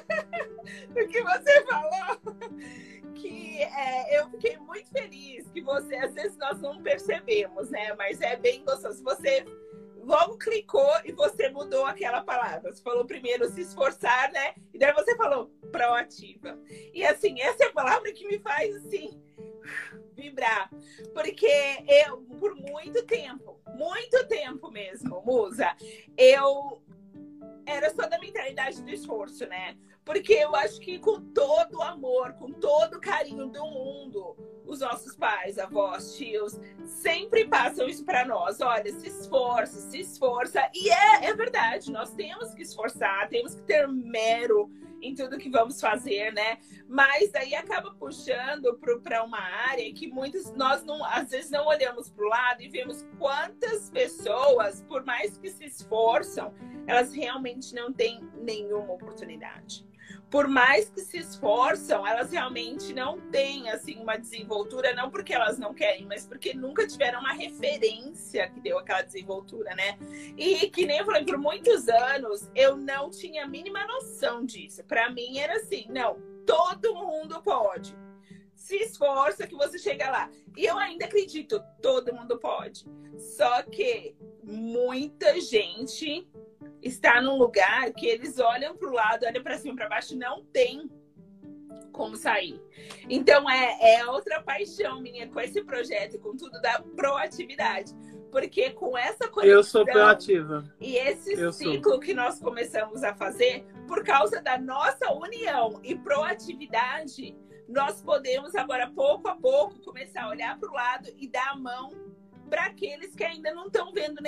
do que você falou. Que eu fiquei muito feliz que você, às vezes nós não percebemos, né? Mas é bem gostoso. Você logo clicou e você mudou aquela palavra. Você falou primeiro se esforçar, né? E daí você falou proativa. E assim, essa é a palavra que me faz assim vibrar. Porque eu, por muito tempo mesmo, Musa, eu era só da mentalidade do esforço, né? Porque eu acho que com todo o amor, com todo o carinho do mundo, os nossos pais, avós, tios, sempre passam isso para nós. Olha, se esforça. E é verdade, nós temos que esforçar, temos que ter mero em tudo que vamos fazer, né? Mas daí acaba puxando para uma área que nós às vezes não olhamos para o lado e vemos quantas pessoas, por mais que se esforçam, elas realmente não têm nenhuma oportunidade. Por mais que se esforçam, elas realmente não têm assim, uma desenvoltura, não porque elas não querem, mas porque nunca tiveram uma referência que deu aquela desenvoltura, né? E que nem eu falei, por muitos anos, eu não tinha a mínima noção disso. Para mim era assim, não, todo mundo pode. Se esforça que você chega lá. E eu ainda acredito, todo mundo pode. Só que muita gente está num lugar que eles olham para o lado, olham para cima, para baixo, não tem como sair. Então é outra paixão minha com esse projeto, com tudo da proatividade. Porque com essa conexão... Eu sou proativa. E esse ciclo que nós começamos a fazer, por causa da nossa união e proatividade, nós podemos agora, pouco a pouco, começar a olhar para o lado e dar a mão para aqueles que ainda não estão vendo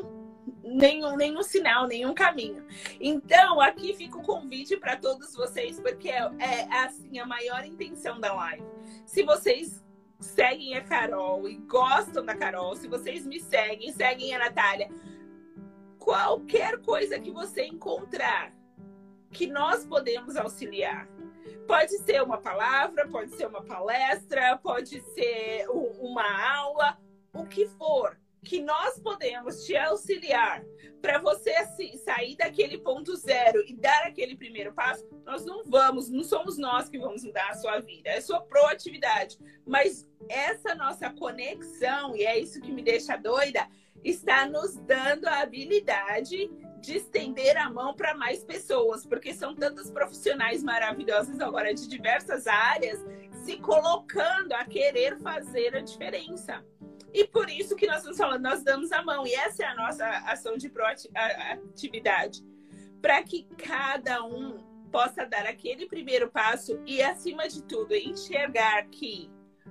nenhum sinal, nenhum caminho. Então, aqui fica o convite para todos vocês, porque é assim, a maior intenção da live. Se vocês seguem a Carol e gostam da Carol, se vocês me seguem a Natália, qualquer coisa que você encontrar que nós podemos auxiliar. Pode ser uma palavra, pode ser uma palestra, pode ser uma aula, o que for, que nós podemos te auxiliar para você assim, sair daquele ponto zero e dar aquele primeiro passo. Nós não somos nós que vamos mudar a sua vida, é a sua proatividade. Mas essa nossa conexão, e é isso que me deixa doida, está nos dando a habilidade de estender a mão para mais pessoas, porque são tantos profissionais maravilhosos agora de diversas áreas se colocando a querer fazer a diferença. E por isso que nós estamos falando, nós damos a mão. E essa é a nossa ação de proatividade. Para que cada um possa dar aquele primeiro passo e, acima de tudo, enxergar que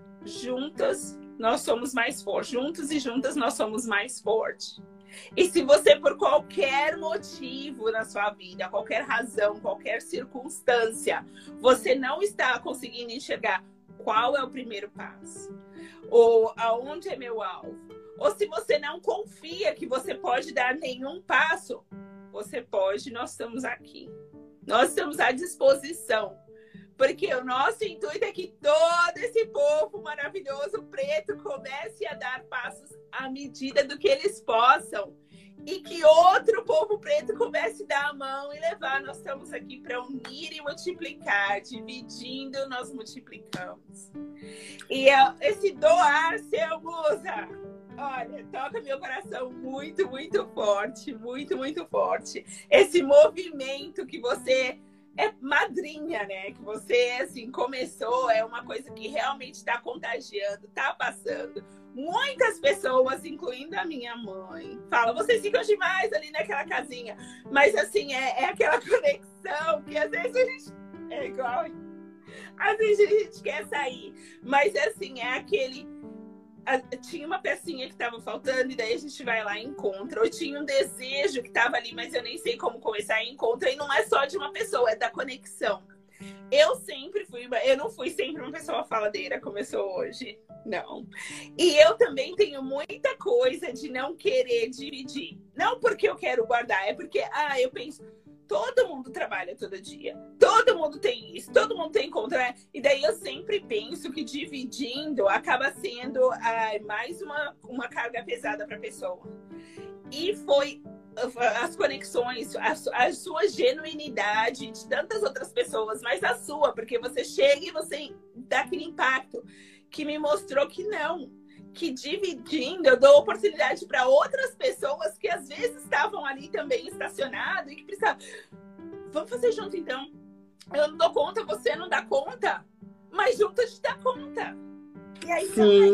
juntas nós somos mais fortes. Juntos e juntas nós somos mais fortes. E se você, por qualquer motivo na sua vida, qualquer razão, qualquer circunstância, você não está conseguindo enxergar qual é o primeiro passo, ou aonde é meu alvo, ou se você não confia que você pode dar nenhum passo, você pode, nós estamos aqui. Nós estamos à disposição. Porque o nosso intuito é que todo esse povo maravilhoso preto comece a dar passos à medida do que eles possam. E que outro povo preto comece a dar a mão e levar. Nós estamos aqui para unir e multiplicar. Dividindo, nós multiplicamos. E esse doar, seu Musa, olha, toca meu coração muito, muito forte. Muito, muito forte. Esse movimento que você é madrinha, né? Que você, assim, começou, é uma coisa que realmente está contagiando, está passando. Muitas pessoas, incluindo a minha mãe, falam, vocês ficam demais ali naquela casinha. Mas, assim, é aquela conexão que às vezes a gente... É igual... Às vezes a gente quer sair. Mas, assim, é aquele... Tinha uma pecinha que estava faltando e daí a gente vai lá e encontra. Ou tinha um desejo que estava ali, mas eu nem sei como começar e encontra. E não é só de uma pessoa, é da conexão. Eu não fui sempre uma pessoa faladeira como eu sou hoje. Não. E eu também tenho muita coisa de não querer dividir. Não porque eu quero guardar, é porque, eu penso... Todo mundo trabalha todo dia. Todo mundo tem isso. Todo mundo tem contra. E daí eu sempre penso que dividindo acaba sendo mais uma carga pesada para a pessoa. E foi as conexões, a sua genuinidade de tantas outras pessoas, mas a sua, porque você chega e você dá aquele impacto que me mostrou que não. Que dividindo eu dou oportunidade para outras pessoas que às vezes estavam ali também estacionadas e que precisavam. Vamos fazer junto então. Eu não dou conta, você não dá conta, mas junto a gente dá conta. E aí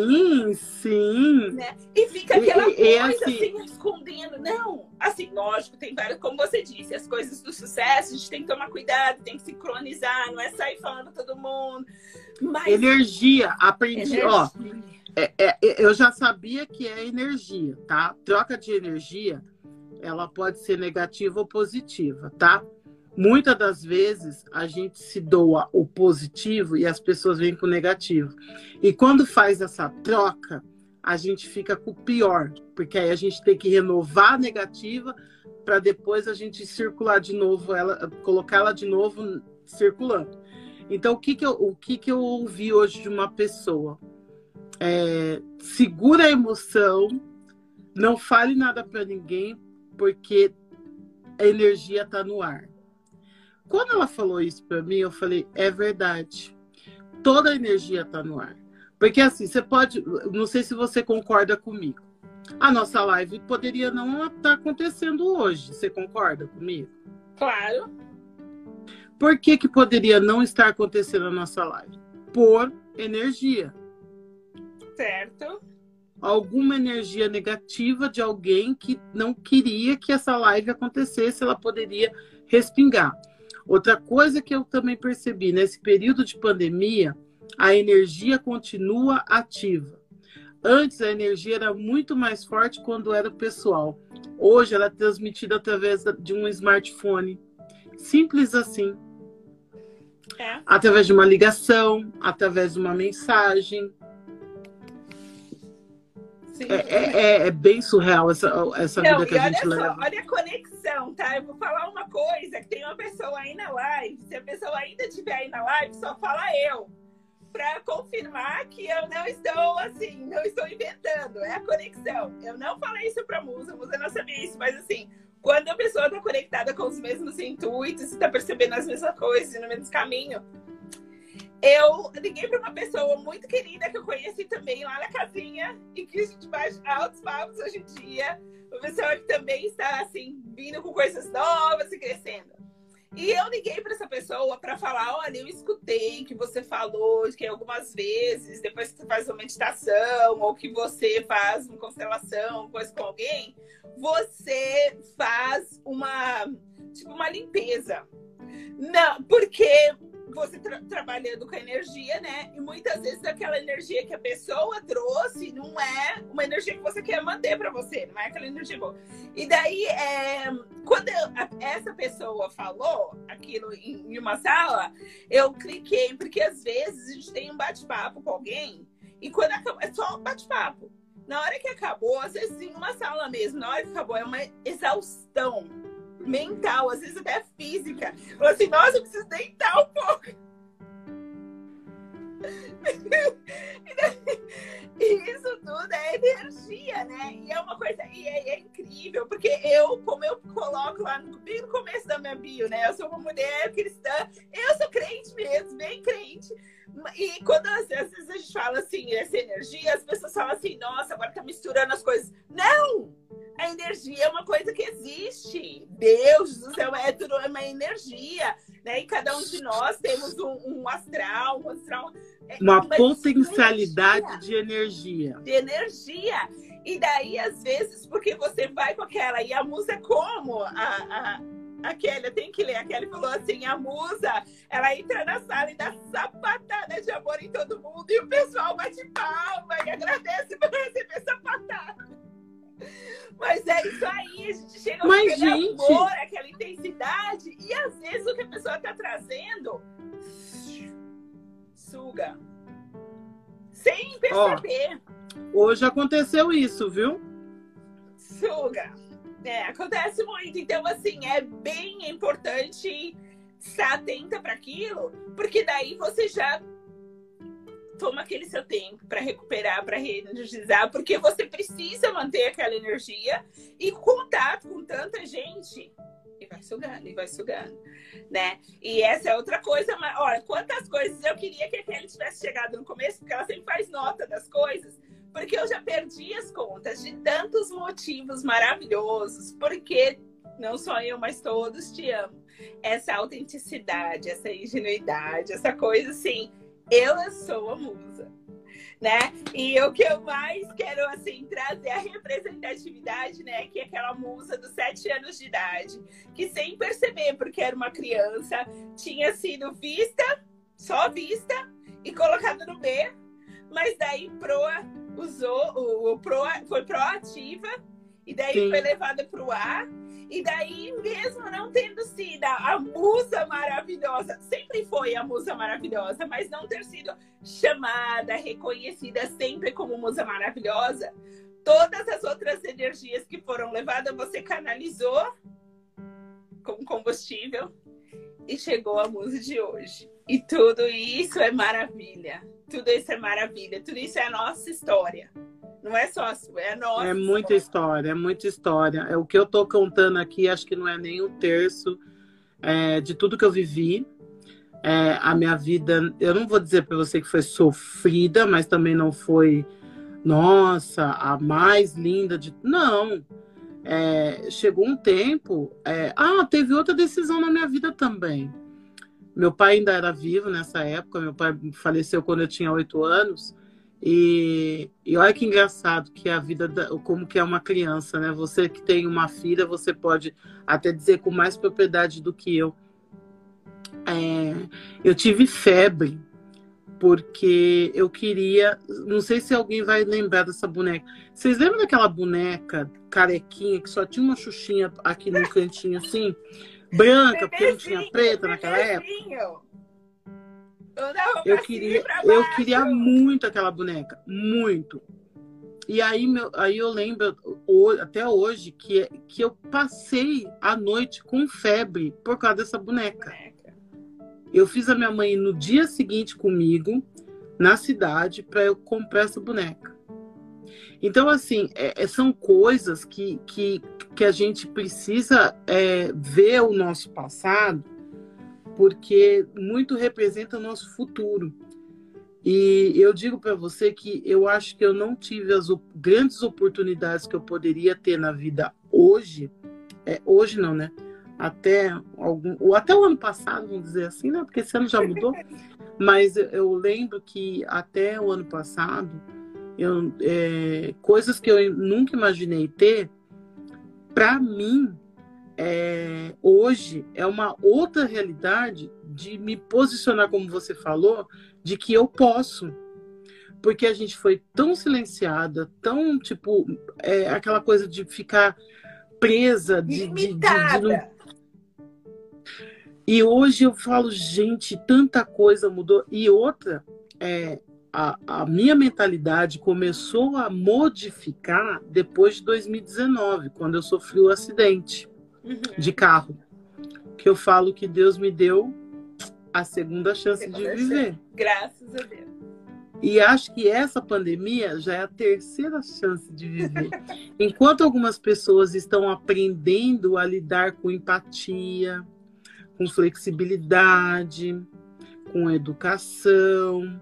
sim. Né? E fica aquela coisa assim, escondendo. Não, assim, lógico, tem várias, como você disse, as coisas do sucesso, a gente tem que tomar cuidado, tem que sincronizar, não é sair falando pra todo mundo. Mas... Energia, aprendi, ó. Eu já sabia que é energia, tá? Troca de energia, ela pode ser negativa ou positiva, tá? Muitas das vezes a gente se doa o positivo e as pessoas vêm com o negativo. E quando faz essa troca, a gente fica com o pior, porque aí a gente tem que renovar a negativa para depois a gente circular de novo, colocar ela de novo circulando. Então, o que eu ouvi hoje de uma pessoa? Segura a emoção, não fale nada para ninguém, porque a energia está no ar. Quando ela falou isso para mim, eu falei, é verdade. Toda a energia está no ar. Porque assim, você pode, não sei se você concorda comigo, a nossa live poderia não estar acontecendo hoje. Você concorda comigo? Claro. Por que poderia não estar acontecendo a nossa live? Por energia. Certo. alguma energia negativa de alguém que não queria que essa live acontecesse, ela poderia respingar. Outra coisa que eu também percebi, nesse período de pandemia, a energia continua ativa. Antes a energia era muito mais forte quando era pessoal. Hoje ela é transmitida através de um smartphone. Simples assim. Através de uma ligação, através de uma mensagem. Sim, é bem surreal essa vida que a gente leva. Olha a conexão, tá? Eu vou falar uma coisa, que tem uma pessoa aí na live, se a pessoa ainda estiver aí na live, só fala eu. Para confirmar que eu não estou assim, não estou inventando, é a conexão. Eu não falei isso para a Musa não sabia isso, mas assim, quando a pessoa está conectada com os mesmos intuitos, está percebendo as mesmas coisas, no mesmo caminho. Eu liguei para uma pessoa muito querida que eu conheci também lá na casinha e que a gente faz altos papos hoje em dia. Uma pessoa que também está assim, vindo com coisas novas e crescendo. E eu liguei para essa pessoa para falar, olha, eu escutei que você falou que algumas vezes, depois que você faz uma meditação ou que você faz uma constelação, coisa com alguém, você faz uma limpeza. Não, porque você trabalhando com a energia, né? E muitas vezes aquela energia que a pessoa trouxe não é uma energia que você quer manter para você, não é aquela energia boa. E daí, quando essa pessoa falou aquilo em uma sala, eu cliquei, porque às vezes a gente tem um bate-papo com alguém e quando acaba, é só um bate-papo. Na hora que acabou, às vezes em uma sala mesmo, na hora que acabou, é uma exaustão mental, às vezes até física. Falou assim, nossa, eu preciso deitar um pouco. E isso tudo é energia, né? E é uma coisa, e é incrível, porque como eu coloco lá bem no começo da minha bio, né? Eu sou uma mulher cristã, eu sou crente mesmo, bem crente. E quando às vezes a gente fala assim, essa energia, as pessoas falam assim, nossa, agora tá misturando as coisas. Não! A energia é uma coisa que existe. Deus do céu, é tudo uma energia, né? E cada um de nós temos um astral, uma potencialidade de energia. De energia. E daí, às vezes, porque você vai com aquela, e a musa é como a Kelly, eu tenho que ler, a Kelly falou assim, a musa, ela entra na sala e dá sapatada de amor em todo mundo, e o pessoal bate palma e agradece por receber sapatada. Mas é isso aí, a gente chega com aquele amor, aquela intensidade, e às vezes o que a pessoa está trazendo suga. Sem perceber. Hoje aconteceu isso, viu? Suga. Acontece muito. Então, assim, é bem importante estar atenta para aquilo, porque daí você já toma aquele seu tempo para recuperar, para reenergizar, porque você precisa manter aquela energia e contato com tanta gente. E vai sugando, né? E essa é outra coisa, mas olha, quantas coisas eu queria que a Kelly tivesse chegado no começo, porque ela sempre faz nota das coisas, porque eu já perdi as contas de tantos motivos maravilhosos, porque não só eu, mas todos te amam. Essa autenticidade, essa ingenuidade, essa coisa assim, eu sou a musa, né? E o que eu mais quero, assim, trazer a representatividade, né? Que é aquela musa dos 7 anos de idade, que sem perceber, porque era uma criança, tinha sido só vista e colocada no B, mas daí foi proativa, e daí Sim. foi levada para o A. E daí, mesmo não tendo sido a musa maravilhosa, sempre foi a musa maravilhosa, mas não ter sido chamada, reconhecida sempre como musa maravilhosa, todas as outras energias que foram levadas, você canalizou como combustível e chegou à musa de hoje. E tudo isso é maravilha. Tudo isso é maravilha. Tudo isso é a nossa história. Não é só a sua, é a nossa. É muita história, é muita história. É o que eu tô contando aqui, acho que não é nem um terço de tudo que eu vivi. A minha vida, eu não vou dizer para você que foi sofrida, mas também não foi, nossa, a mais linda de... Não. Chegou um tempo... teve outra decisão na minha vida também. Meu pai ainda era vivo nessa época, meu pai faleceu quando eu tinha 8 anos. E olha que engraçado que é a vida, como que é uma criança, né? Você que tem uma filha, você pode até dizer com mais propriedade do que eu. Eu tive febre, porque eu queria... Não sei se alguém vai lembrar dessa boneca. Vocês lembram daquela boneca carequinha que só tinha uma xuxinha aqui no cantinho assim? Branca, porque não tinha preta naquela época? Eu queria muito aquela boneca, muito. E aí, eu lembro até hoje que eu passei a noite com febre por causa dessa boneca. Eu fiz a minha mãe ir no dia seguinte comigo, na cidade, para eu comprar essa boneca. Então, assim, são coisas que a gente precisa ver o nosso passado, porque muito representa o nosso futuro. E eu digo para você que eu acho que eu não tive as grandes oportunidades que eu poderia ter na vida hoje. Hoje não, né? Até o ano passado, vamos dizer assim, né? Porque esse ano já mudou. Mas eu lembro que até o ano passado, coisas que eu nunca imaginei ter, para mim, hoje é uma outra realidade de me posicionar, como você falou, de que eu posso. Porque a gente foi tão silenciada, tão, tipo, aquela coisa de ficar presa, limitada. E hoje eu falo, gente, tanta coisa mudou. E outra, a minha mentalidade começou a modificar depois de 2019, quando eu sofri o acidente de carro. Que eu falo que Deus me deu a segunda chance de viver. Graças a Deus. E acho que essa pandemia já é a terceira chance de viver. Enquanto algumas pessoas estão aprendendo a lidar com empatia, com flexibilidade, com educação,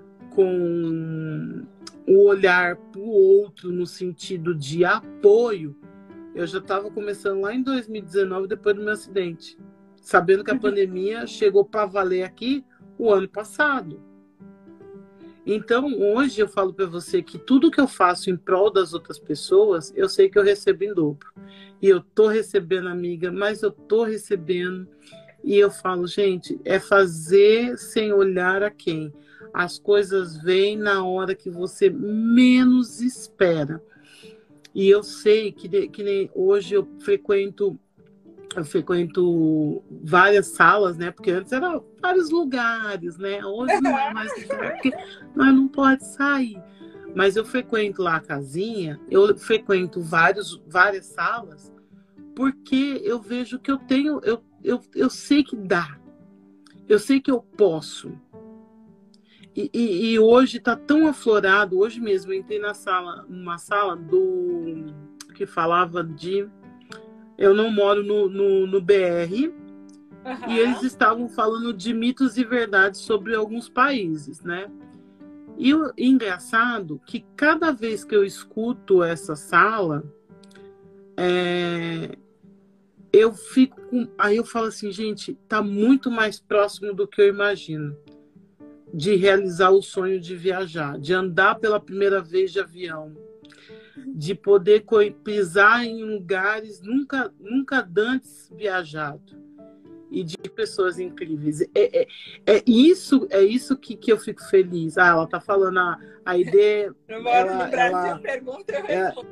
com o olhar para o outro no sentido de apoio, eu já estava começando lá em 2019, depois do meu acidente, sabendo que a pandemia chegou para valer aqui o ano passado. Então, hoje eu falo para você que tudo que eu faço em prol das outras pessoas, eu sei que eu recebo em dobro. E eu tô recebendo, amiga, mas eu tô recebendo. E eu falo, gente, é fazer sem olhar a quem. As coisas vêm na hora que você menos espera. E eu sei que nem hoje eu frequento várias salas, né? Porque antes eram vários lugares, né? Hoje não é mais lugar, porque nós não pode sair. Mas eu frequento lá a casinha, eu frequento várias salas, porque eu vejo que eu tenho, eu sei que dá. Eu sei que eu posso. E hoje está tão aflorado. Hoje mesmo eu entrei numa sala que falava de... Eu não moro no BR, e eles estavam falando de mitos e verdades sobre alguns países, né? E o engraçado que cada vez que eu escuto essa sala, eu fico aí eu falo assim, gente, tá muito mais próximo do que eu imagino de realizar o sonho de viajar, de andar pela primeira vez de avião, de poder pisar em lugares nunca antes viajado, e de pessoas incríveis. É isso que eu fico feliz. Ela tá falando a ideia. Eu moro no Brasil, pergunta, eu respondo.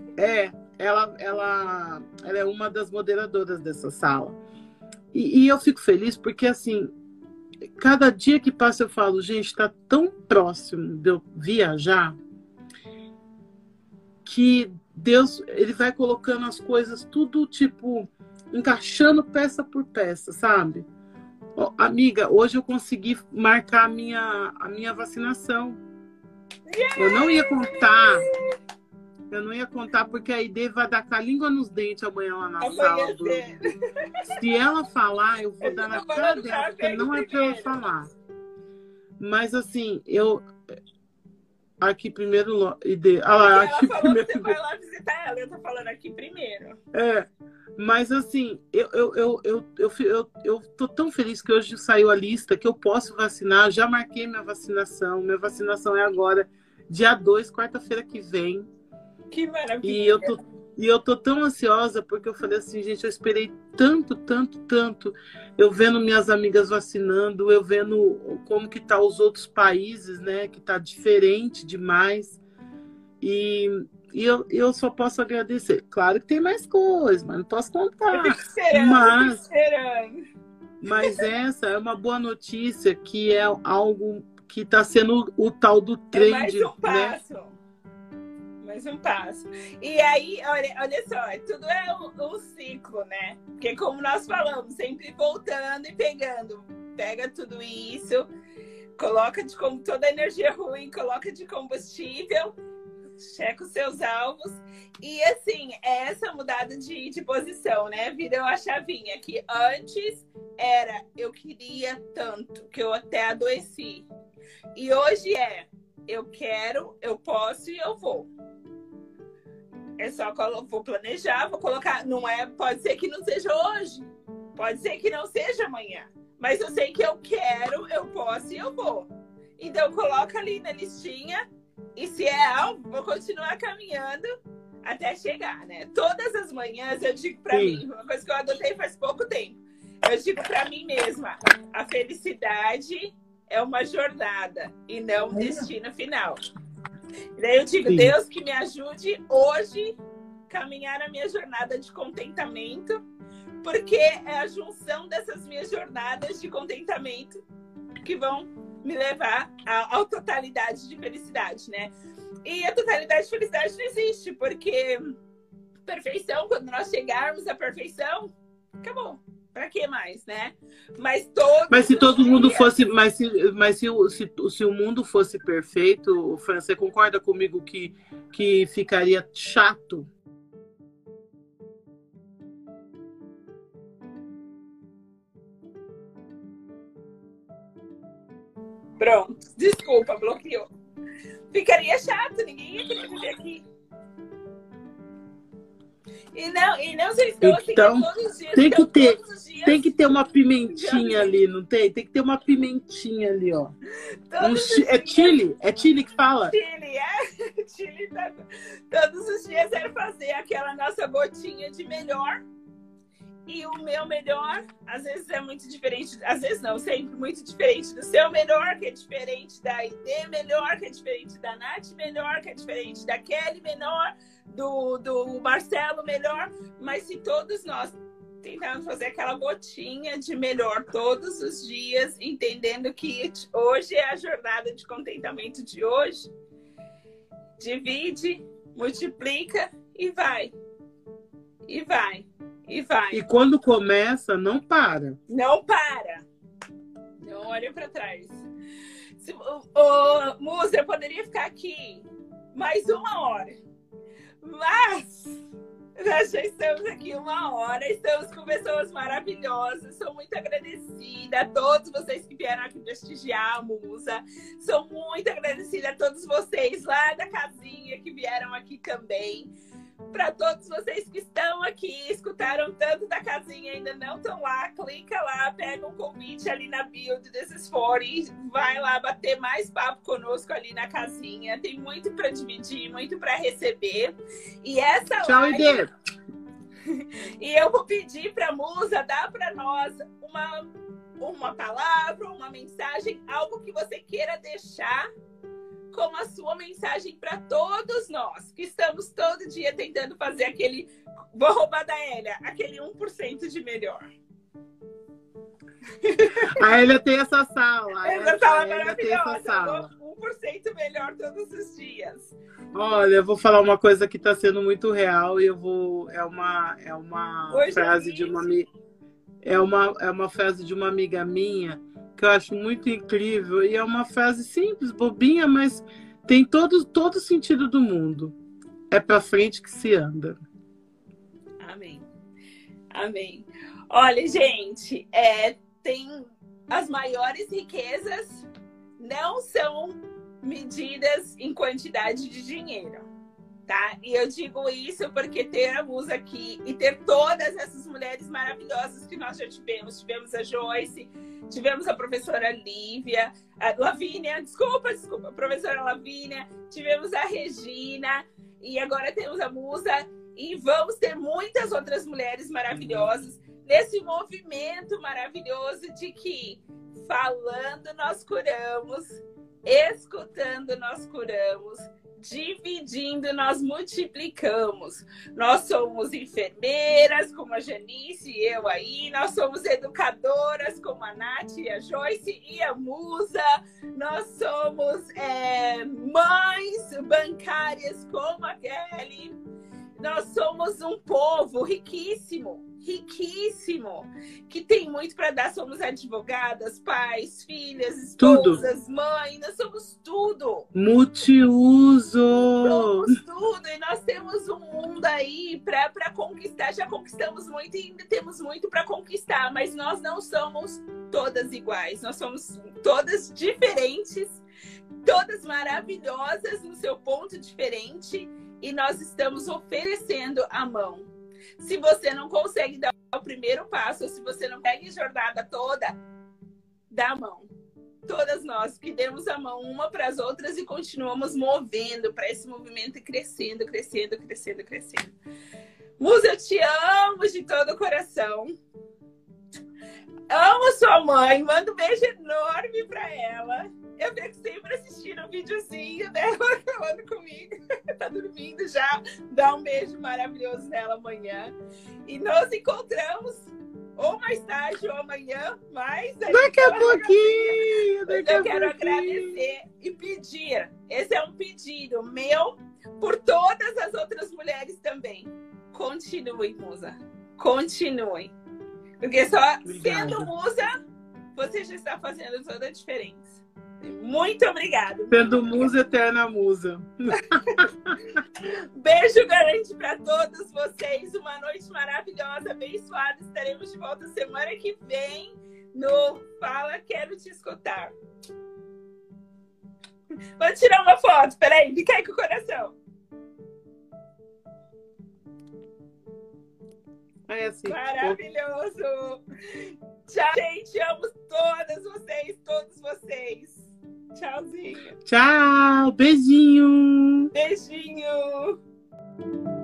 Ela é uma das moderadoras dessa sala. E eu fico feliz porque, assim, cada dia que passa eu falo, gente, está tão próximo de eu viajar que Deus, ele vai colocando as coisas tudo, tipo, encaixando peça por peça, sabe? Oh, amiga, hoje eu consegui marcar a minha vacinação. Eu não ia contar porque a Ide vai dar com a língua nos dentes amanhã lá na sala. Se ela falar, eu vou dar na cara dela, porque não é pra ela falar. Mas assim, aqui primeiro, Ide. Ela falou que você vai lá visitar ela, eu tô falando aqui primeiro. Mas assim, eu tô tão feliz que hoje saiu a lista que eu posso vacinar. Já marquei minha vacinação é agora, dia 2, quarta-feira que vem. Que maravilha! E eu tô tão ansiosa, porque eu falei assim, gente, eu esperei tanto, tanto, tanto. Eu vendo minhas amigas vacinando, eu vendo como que tá os outros países, né? Que tá diferente demais. E eu só posso agradecer. Claro que tem mais coisas, mas não posso contar. Eu fico esperando, mas essa é uma boa notícia, que é algo que está sendo o tal do trend. Mais um passo. Né? Mais um passo. E aí, olha só, tudo é um ciclo, né? Porque como nós falamos, sempre voltando e pegando. Pega tudo isso, coloca toda a energia ruim, coloca de combustível, checa os seus alvos. E assim, é essa mudada de posição, né? Virou a chavinha, que antes era eu queria tanto, que eu até adoeci. E hoje é eu quero, eu posso e eu vou. É só vou planejar, vou colocar. Não é, pode ser que não seja hoje, pode ser que não seja amanhã. Mas eu sei que eu quero, eu posso e eu vou. Então coloca ali na listinha. E se é algo, vou continuar caminhando até chegar, né? Todas as manhãs eu digo pra mim, uma coisa que eu adotei faz pouco tempo. Eu digo pra mim mesma, a felicidade é uma jornada e não um destino final. Daí eu digo, Deus que me ajude hoje a caminhar a minha jornada de contentamento, porque é a junção dessas minhas jornadas de contentamento que vão me levar à totalidade de felicidade, né? E a totalidade de felicidade não existe, porque perfeição, quando nós chegarmos à perfeição, acabou. Pra que mais, né? Mas se todo mundo fosse, se o mundo fosse perfeito, Fran, você concorda comigo que ficaria chato? Pronto, desculpa, bloqueou. Ficaria chato, ninguém ia querer viver aqui. E não sei se então, todos os dias. Tem que ter uma pimentinha ali, não tem? Tem que ter uma pimentinha ali, ó. É chile? É chile que fala? Chile, é. Chile tá... Todos os dias é fazer aquela nossa gotinha de melhor. E o meu melhor, às vezes é muito diferente, às vezes não, sempre muito diferente do seu melhor, que é diferente da ID melhor, que é diferente da Nath melhor, que é diferente da Kelly melhor, do Marcelo melhor. Mas se todos nós tentarmos fazer aquela gotinha de melhor todos os dias, entendendo que hoje é a jornada de contentamento de hoje, divide, multiplica e vai. E vai. E vai. E quando começa, não para. Não para. Não olha para trás. Musa, eu poderia ficar aqui mais 1 hora. Mas nós já estamos aqui 1 hora. Estamos com pessoas maravilhosas. Sou muito agradecida a todos vocês que vieram aqui prestigiar a Musa. Sou muito agradecida a todos vocês lá da casinha que vieram aqui também. Para todos vocês que estão aqui, escutaram tanto da casinha, ainda não estão lá, clica lá, pega um convite ali na bio desses fóruns, vai lá bater mais papo conosco ali na casinha. Tem muito para dividir, muito para receber. E essa Tchau, live... E eu vou pedir para a Musa dar para nós uma palavra, uma mensagem, algo que você queira deixar como a sua mensagem para todos nós, que estamos todo dia tentando fazer aquele, vou roubar da Hélia, aquele 1% de melhor. A Hélia tem essa sala. Essa sala maravilhosa. 1% melhor todos os dias. Olha, eu vou falar uma coisa que está sendo muito real e eu vou... É uma frase de uma frase de uma amiga minha que eu acho muito incrível, e é uma frase simples, bobinha, mas tem todo o sentido do mundo. É pra frente que se anda. Amém. Amém. Olha, gente, tem as maiores riquezas não são medidas em quantidade de dinheiro, tá? E eu digo isso porque ter a Musa aqui e ter todas essas mulheres maravilhosas que nós já tivemos a Joyce, tivemos a professora Lívia, a Lavínia, desculpa, a professora Lavínia, tivemos a Regina, e agora temos a Musa, e vamos ter muitas outras mulheres maravilhosas nesse movimento maravilhoso de que falando nós curamos, escutando nós curamos, dividindo nós multiplicamos. Nós somos enfermeiras, como a Janice e eu aí, nós somos educadoras, como a Nath e a Joyce e a Musa, nós somos mães bancárias, como a Kelly. Nós somos um povo riquíssimo, que tem muito para dar. Somos advogadas, pais, filhas, esposas, mães, nós somos tudo. Multiuso! Somos tudo, e nós temos um mundo aí para conquistar. Já conquistamos muito e ainda temos muito para conquistar, mas nós não somos todas iguais, nós somos todas diferentes, todas maravilhosas no seu ponto diferente, e nós estamos oferecendo a mão. Se você não consegue dar o primeiro passo, ou se você não pega a jornada toda, dá a mão. Todas nós que demos a mão uma para as outras e continuamos movendo para esse movimento e crescendo, crescendo, crescendo, crescendo. Musa, eu te amo de todo o coração. Amo sua mãe, mando um beijo enorme para ela. Eu fico sempre assistindo um videozinho dela falando comigo. Tá dormindo já. Dá um beijo maravilhoso nela amanhã. E nos encontramos ou mais tarde ou amanhã, mas daqui a pouquinho. Eu quero agradecer e pedir. Esse é um pedido meu por todas as outras mulheres também. Continuem, Musa. Continuem. Porque só sendo Musa, você já está fazendo toda a diferença. Muito obrigada. Sendo Musa, eterna Musa. Beijo grande para todos vocês. Uma noite maravilhosa, abençoada. Estaremos de volta semana que vem no Fala Quero Te Escutar. Vou tirar uma foto. Peraí, fica aí com o coração. É assim. Maravilhoso. Tchau, gente. Amo todas vocês, todos vocês. Tchauzinho. Tchau. Beijinho. Beijinho.